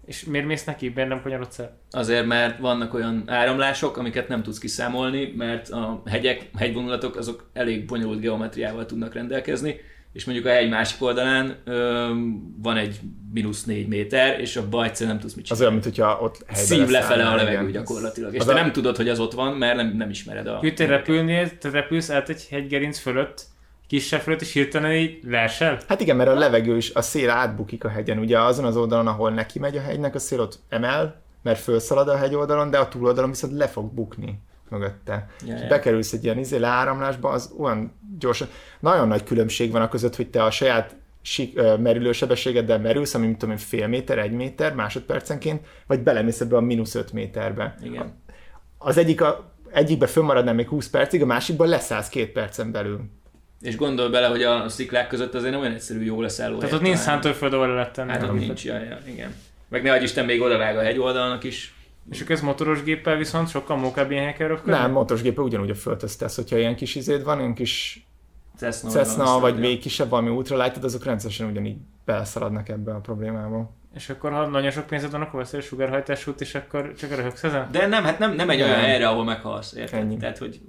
És miért mész neki? Miért nem kanyarodsz el? Azért, mert vannak olyan áramlások, amiket nem tudsz kiszámolni, mert a hegyek, hegyvonulatok azok elég bonyolult geometriával tudnak rendelkezni, és mondjuk a hegy másik oldalán ö, van egy mínusz négy méter, és abban egyszerűen nem tudsz mit csinálni. Az olyan, mintha ott helyben Szív lefele a levegő igen. gyakorlatilag, és Az te a... nem tudod, hogy az ott van, mert nem, nem ismered a... Hogy te repülnél, te repülsz át egy hegygerinc fölött, kisebb fölött, és hirtelen így leesel? Hát igen, mert a levegő is, a szél átbukik a hegyen. Ugye azon az oldalon, ahol neki megy a hegynek, a szél ott emel, mert fölszalad a hegy oldalon, de a túloldalon viszont le fog bukni mögötte. Ja, és ja. bekerülsz egy ilyen izé leáramlásba, az olyan gyorsan. Nagyon nagy különbség van a között, hogy te a saját sik, merülősebességeddel merülsz, ami mit tudom én, fél méter, egy méter másodpercenként, vagy belemész ebbe a mínusz öt méterbe. Igen. Az egyik a, egyikbe fönnmaradnál még húsz percig, a másikban leszállsz két percen belül. És gondolj bele, hogy a sziklák között azért nem olyan egyszerű jó leszálló. Tehát ott nincs szántóföld, ahol le lehet tenni. Hát ott nincs, ja, ja, igen. Meg ne adj Isten, még odavág a hegy oldalnak is. És akkor ez motoros géppel viszont sokkal mókább ilyen helyekkel röpködni? Nem, motoros gépe ugyanúgy a földhöz tesz, hogyha ilyen kis izéd van, ilyen kis Cessna, Cessna vagy még kisebb valami ultralight, azok rendszeresen ugyanígy beleszaladnak ebbe a problémába. És akkor ha nagyon sok pénzed van, akkor veszel sugárhajtásút, és akkor csak röhögsz ezen? De nem, hát nem, nem egy olyan Nem. helyre, ahol meghalsz, érted? Ennyi. Tehát, hogy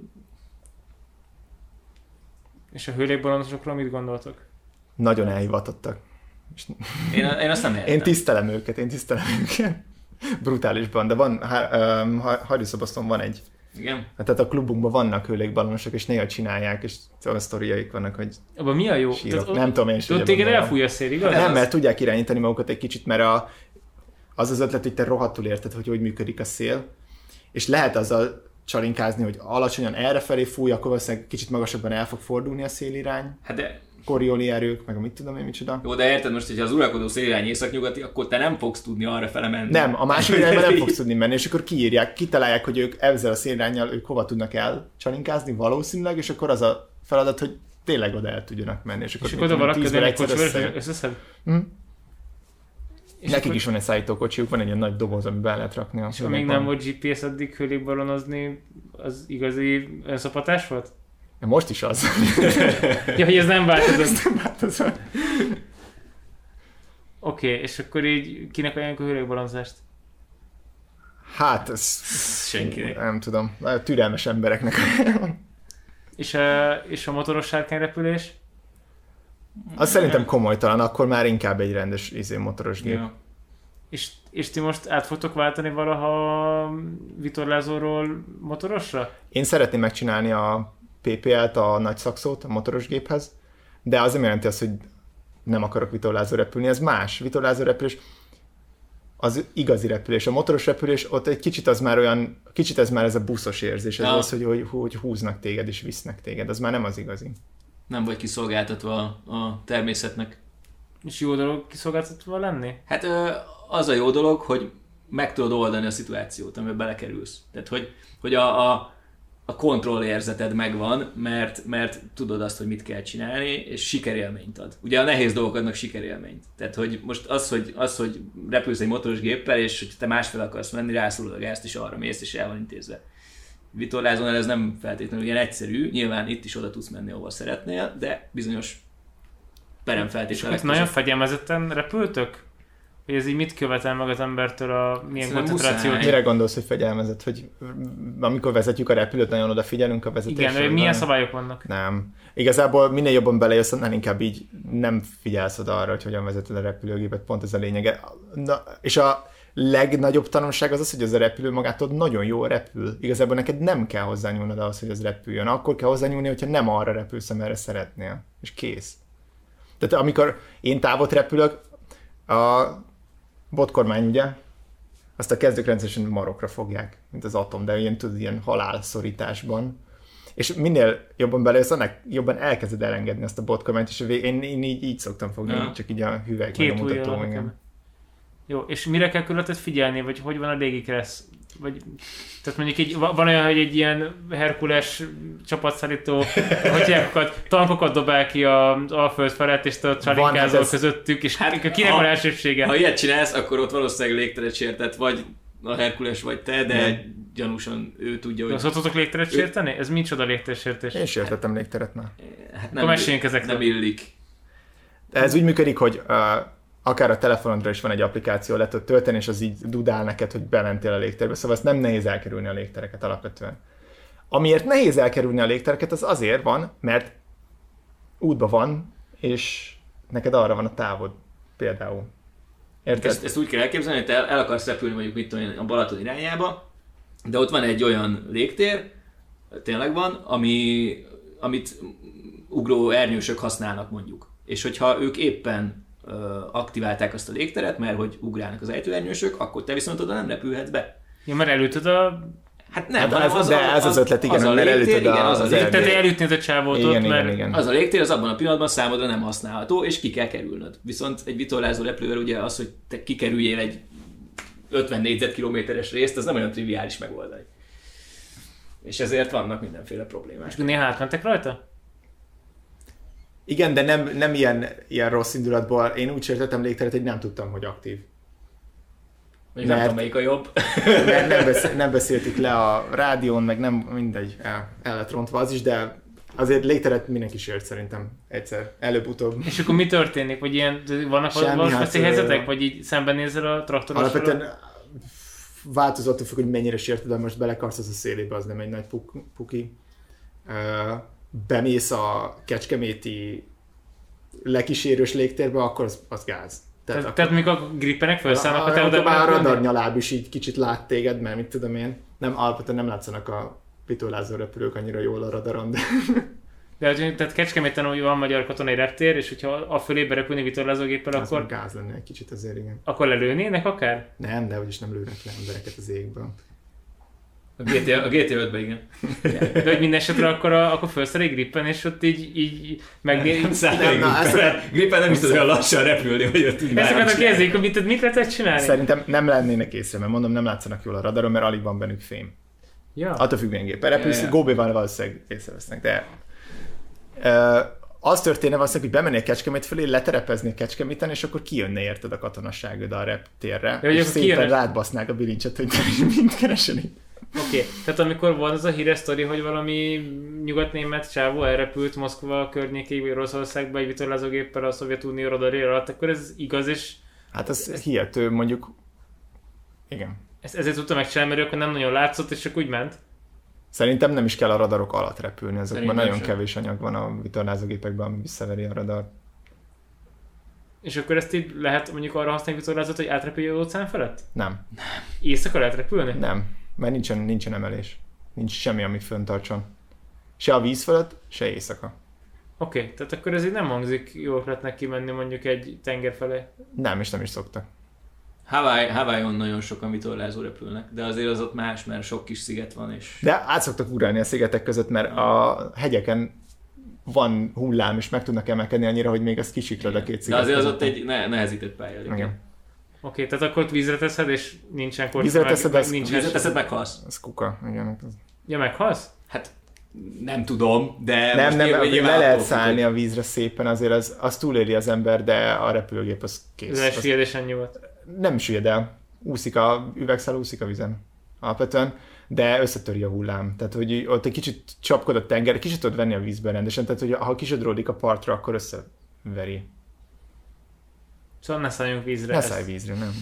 És a hőlékbalonozsokról mit gondoltok? Nagyon elhivatottak. És én, én azt nem értem. én tisztelem őket, én tisztelem őket. Brutálisban, de van, há- um, Hajdúszoboszton van egy, Igen? tehát a klubunkban vannak hőlékbalonosok, és néha csinálják, és olyan sztoriaik vannak, hogy Abban mi a jó? sírok. Tehát Nem ott- tudom én is, Ott hogy téged abban van. elfújja a szél, igaz? Nem, az- mert tudják irányítani magukat egy kicsit, mert a, az az ötlet, hogy te rohadtul érted, hogy hogy működik a szél, és lehet azzal csalinkázni, hogy alacsonyan errefelé fúj, akkor valószínűleg kicsit magasabban el fog fordulni a szélirány, Hát de, Coriolis erők, meg a mit tudom én micsoda. jó, de érted most, hogyha az uralkodó szélirány északnyugati, akkor te nem fogsz tudni arra fele menni. Nem, a másik irányban nem fogsz tudni menni, és akkor kiírják, kitalálják, hogy ők ezzel a széliránnyal ők hova tudnak elcsalinkázni valószínűleg, és akkor az a feladat, hogy tényleg oda el tudjanak menni. És akkor, És mit akkor oda tudom én, valaki tízből közben egy egyszer kocsival, és össze- összeszed? Hm? És Nekik akkor- is van egy szállítókocsiuk, van egy ilyen nagy doboz, amiben lehet rakni. A És amíg nem volt gé pé es, addig hőlékbalonozni, az igazi önszopatás volt? Most is az. Ja, hogy ez nem változott. Hát az a- Oké, okay, és akkor így kinek ajánljuk a hőlékbalonozást? Hát, ez... Senkinek. Nem tudom. Türelmes embereknek. És a, és a motoros sárkányrepülés? Az szerintem komolytalan, akkor már inkább egy rendes izé, motoros gép. Ja. És, és ti most át fogtok váltani valaha vitorlázóról motorosra? Én szeretném megcsinálni a pé pé el-t, a nagy szakszót a motoros géphez, de az nem jelenti azt, hogy nem akarok vitorlázó repülni, ez más. Vitorlázó repülés az igazi repülés. A motoros repülés, ott egy kicsit az már olyan, kicsit ez már ez a buszos érzés, ez Ja. az, hogy, hogy, hogy húznak téged és visznek téged, az már nem az igazi. Nem vagy kiszolgáltatva a, a természetnek. És jó dolog kiszolgáltatva lenni? Hát ö, az a jó dolog, hogy meg tudod oldani a szituációt, amiben belekerülsz. Tehát, hogy, hogy a, a, a kontrollérzeted megvan, mert, mert tudod azt, hogy mit kell csinálni, és sikerélményt ad. Ugye a nehéz dolgok adnak sikerélményt. Tehát, hogy most az, hogy, az, hogy repülsz egy motoros géppel, és hogy te másfél akarsz menni, rászólod a gázt, és arra mész, és el van intézve. Vitorlázónál ez nem feltétlenül ilyen egyszerű, nyilván itt is oda tudsz menni, ahol szeretnél, de bizonyos peremfeltételek. Itt nagyon fegyelmezetten repültök? Hogy ez így mit követel meg az embertől, a milyen Szerintem koncentrációt? muszáj. Mire gondolsz, hogy fegyelmezett, hogy amikor vezetjük a repülőt, nagyon odafigyelünk a vezetésre? Igen, de milyen nagyon- szabályok vannak? Nem. Igazából minél jobban belejössz, annál inkább így nem figyelsz oda arra, hogy hogyan vezeted a repülőgépet, pont ez a lényege. Na, és a legnagyobb tanulság az az, hogy az a repülő magától nagyon jól repül. Igazából neked nem kell hozzányúlnod ahhoz, hogy az repüljön. Akkor kell hozzányúlni, hogyha nem arra repülsz, amerre szeretnél. És kész. Tehát amikor én távot repülök, a botkormány ugye, azt a kezdők rendszeresen marokra fogják, mint az atom, de ilyen, tudod, ilyen halálszorításban. És minél jobban belejössz, annak jobban elkezded elengedni azt a botkormányt, és a vég... én, én így, így szoktam fogni, Ja. csak így a hüvelyk meg Két a ujjal mutató. vannak Igen. ebben. Jó, és mire kell körülötted figyelni, vagy hogy van a légikressz? Vagy, tehát mondjuk így, va- van olyan, hogy egy ilyen Herkules csapatszállító, hogy hívják, tankokat dobál ki az Alföld felett, és te ott Van, csalinkázol hát ez- közöttük, és Hát, hát, kinek ha- van elsőbsége? Ha ilyet csinálsz, akkor ott valószínűleg légteret sértett, vagy a Herkules vagy te, de Nem. gyanúsan ő tudja, Azt hogy tudtok légteret sérteni? Ez micsoda légtérsértés? Én sértettem légteret már. hát Akkor meséljünk ezekről. nem illik. Ez úgy működik, hogy uh, akár a telefonodra is van egy applikáció, le tudod tölteni, és az így dudál neked, hogy bementél a légtérbe, szóval ezt nem nehéz elkerülni a légtereket alapvetően. Amiért nehéz elkerülni a légtereket, az azért van, mert útban van, és neked arra van a távod, például. Érted? Ezt, ezt úgy kell elképzelni, hogy te el, el akarsz repülni mondjuk mit tudom, a Balaton irányába, de ott van egy olyan légtér, tényleg van, ami, amit ugró ernyősök használnak mondjuk. És hogyha ők éppen ö, aktiválták azt a légteret, mert hogy ugrálnak az ejtőernyősök, akkor te viszont oda nem repülhetsz be. Ja, mert előtted a... Hát nem, hát az, az, de ez az ötlet, igen, az mert előtted a, az, az a Tehát elütnéd a csávót igen, ott, igen, mert igen. az a légtér az abban a pillanatban számodra nem használható, és ki kell kerülnöd. Viszont egy vitorlázó repülővel ugye az, hogy te kikerüljél egy ötven négyzetkilométeres részt, az nem olyan triviális megoldani. És ezért vannak mindenféle problémák. És néha átmentek rajta? Igen, de nem, nem ilyen, ilyen rossz indulatból. Én úgy sértettem légteret, hogy nem tudtam, hogy aktív. Még nem tudom, melyik a jobb. Mert nem, beszél, nem beszéltük le a rádión, meg nem mindegy, el, el lett rontva az is, de azért légteret mindenki sért szerintem egyszer, előbb-utóbb. És akkor mi történik? Vagy ilyen, vannak valós veszélyhelyzetek? Vagy így szembenézel a traktoros? Alapvetően változott, függ, hogy mennyire sérted, de most belekarsz az a szélébe, az nem egy nagy puk, puki. Uh, bemész a kecskeméti lekísérős légtérbe, akkor az, az gáz. Tehát, tehát, tehát mikor a grippenek felszállnak a te oda már a radarnyaláb is így kicsit lát téged, mert mit tudom én, nem, alapvetően nem látszanak a vitorlázó repülők annyira jól a radaron, de... de tehát Kecskeméten úgy van magyar katonai reptér, és hogyha a fölébe repülni vitorlázógéppel, az akkor... gáz lenne egy kicsit azért, igen. Akkor lelőnének akár? Nem, de úgyis nem lőnek le embereket az égből. A gé té, a gé té ötben igen. De hogy minden esetre akkor, a, akkor felszáll egy Gripen, és ott így, így megnézni. Gripen nem is tud olyan lassan repülni, hogy ott így ezt akartak kérdezni, hogy mit, mit lehetett csinálni? Szerintem nem lennének észre, mert mondom, nem látszanak jól a radaron, mert alig van bennük fém. Ja. Attól függ, milyen gépen repülsz, ja, ja. Góbéval valószínűleg észrevesznek, de... Uh, az történne valószínűleg, hogy bemennél Kecskemét felé, leterepeznél Kecskeméten, és akkor kijönne érted a katonasságod a reptérre, ja, és szépen kijönne... rádbasznák a bilincset, hogy mind kereseni. Oké, okay. Tehát amikor volt az a híres sztori, hogy valami nyugatnémet csávó elrepült Moszkva környékéig, vagy Oroszországba egy vitorlázógéppel a Szovjetunió radarja alatt, akkor ez igaz, és... Hát ez, ez hihető, mondjuk... Igen. Ezt ezért tudta megcsinálni, mert akkor nem nagyon látszott, és csak úgy ment. Szerintem nem is kell a radarok alatt repülni, azokban nagyon sem. Kevés anyag van a vitorlázógépekben, ami visszaveri a radar. És akkor ezt így lehet mondjuk arra használni vitorlázót, hogy átrepülj az óceán felett? Nem. Éjszaka lehet repülni? Nem, mert nincsen, nincsen emelés. Nincs semmi, ami föntartson. Se a víz fölött, se éjszaka. Oké, okay, tehát akkor ez így nem hangzik jó ötletnek kimenni mondjuk egy tenger felé. Nem, és nem is szoktak. Hawaii, Hawaiion nagyon sokan vitorlázó repülnek, de azért az ott más, mert sok kis sziget van. És... De át szoktak ugrálni a szigetek között, mert a hegyeken van hullám, és meg tudnak emelkedni annyira, hogy még az kisiklad a két sziget. De azért az ott egy ne- nehezített pálya. Igen. Oké, okay, tehát akkor ott vízre teszed, és nincsen korszak. Vízre teszed, meg, az, nincsen vízre teszed, meghalsz. Az kuka, igen. Ja, meghalsz? Hát nem tudom, de nem, most nem, nyilván, le lehet szállni a vízre szépen, azért az, az túléli az ember, de a repülőgép az kész. Ez süllyedésen nyugodt. Nem süllyed el. Úszik a üvegszál, úszik a vizen. Alapvetően, de összetöri a hullám. Tehát, hogy ott egy kicsit csapkod a tenger, kicsit tudod venni a vízben rendesen, tehát, hogy ha kisodródik a partra, akkor összeveri. Szóval ne szálljunk vízre. Ne szállj vízre, nem.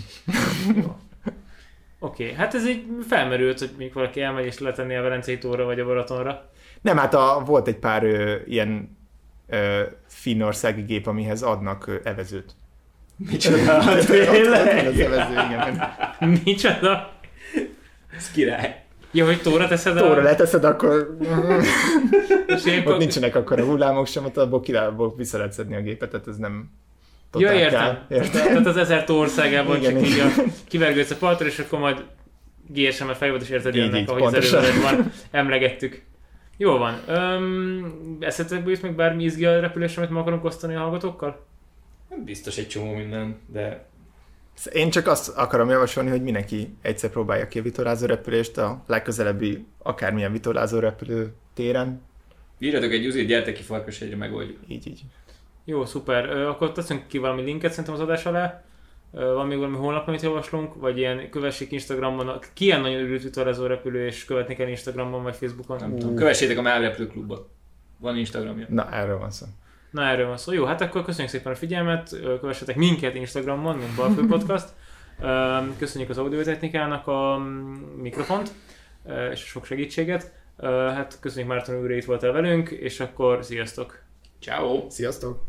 Oké, okay, hát ez így felmerült, hogy még valaki elmegy és letenni a Velencei tóra vagy a Balatonra. Nem, hát a, volt egy pár ö, ilyen ö, finnországi gép, amihez adnak ö, evezőt. Micsoda? Tényleg? Micsoda? Ez király. Jó, hogy tóra teszed a... Tóra leteszed, akkor... ott akkor... nincsenek akkor a hullámok sem, ott abból királyból vissza lehet szedni a gépet, tehát ez nem... Ja, értem. értem. Tehát az ezer tó országában igen, csak így a kivergődsz a partra, és akkor majd gé es em-et fejvad, és érted jönnek, ahogy az előzőben emlegettük. Jól van. Öm, eszetekből is még bármi izgi a repülés, amit meg akarunk osztani a hallgatókkal? Biztos egy csomó minden, de... Én csak azt akarom javasolni, hogy mindenki egyszer próbálja ki a vitorlázó repülést a legközelebbi akármilyen vitorlázó repülő téren. Írjatok egy uzit, gyertek ki Farkashegyre, megoldjuk. Így, így. Jó, szuper. Akkor teszünk ki valami linket szerintem az adás alá. Van még valami honlap, amit javaslunk, vagy ilyen kövessék Instagramon. Ki ilyen nagyon örült vitorlázó repülő, és követni kell Instagramon vagy Facebookon? Nem tudom. Kövessétek a Mávrepülő Klubot. Van Instagramja. Na, erről van szó. Na erről van szó. Jó, hát akkor köszönjük szépen a figyelmet, kövessetek minket Instagramon, mint Balfő Podcast. Köszönjük az audiotechnikának a mikrofont és a sok segítséget. Hát köszönjük Márton, újra itt voltál velünk, és akkor sziasztok! Ciao. Sziasztok!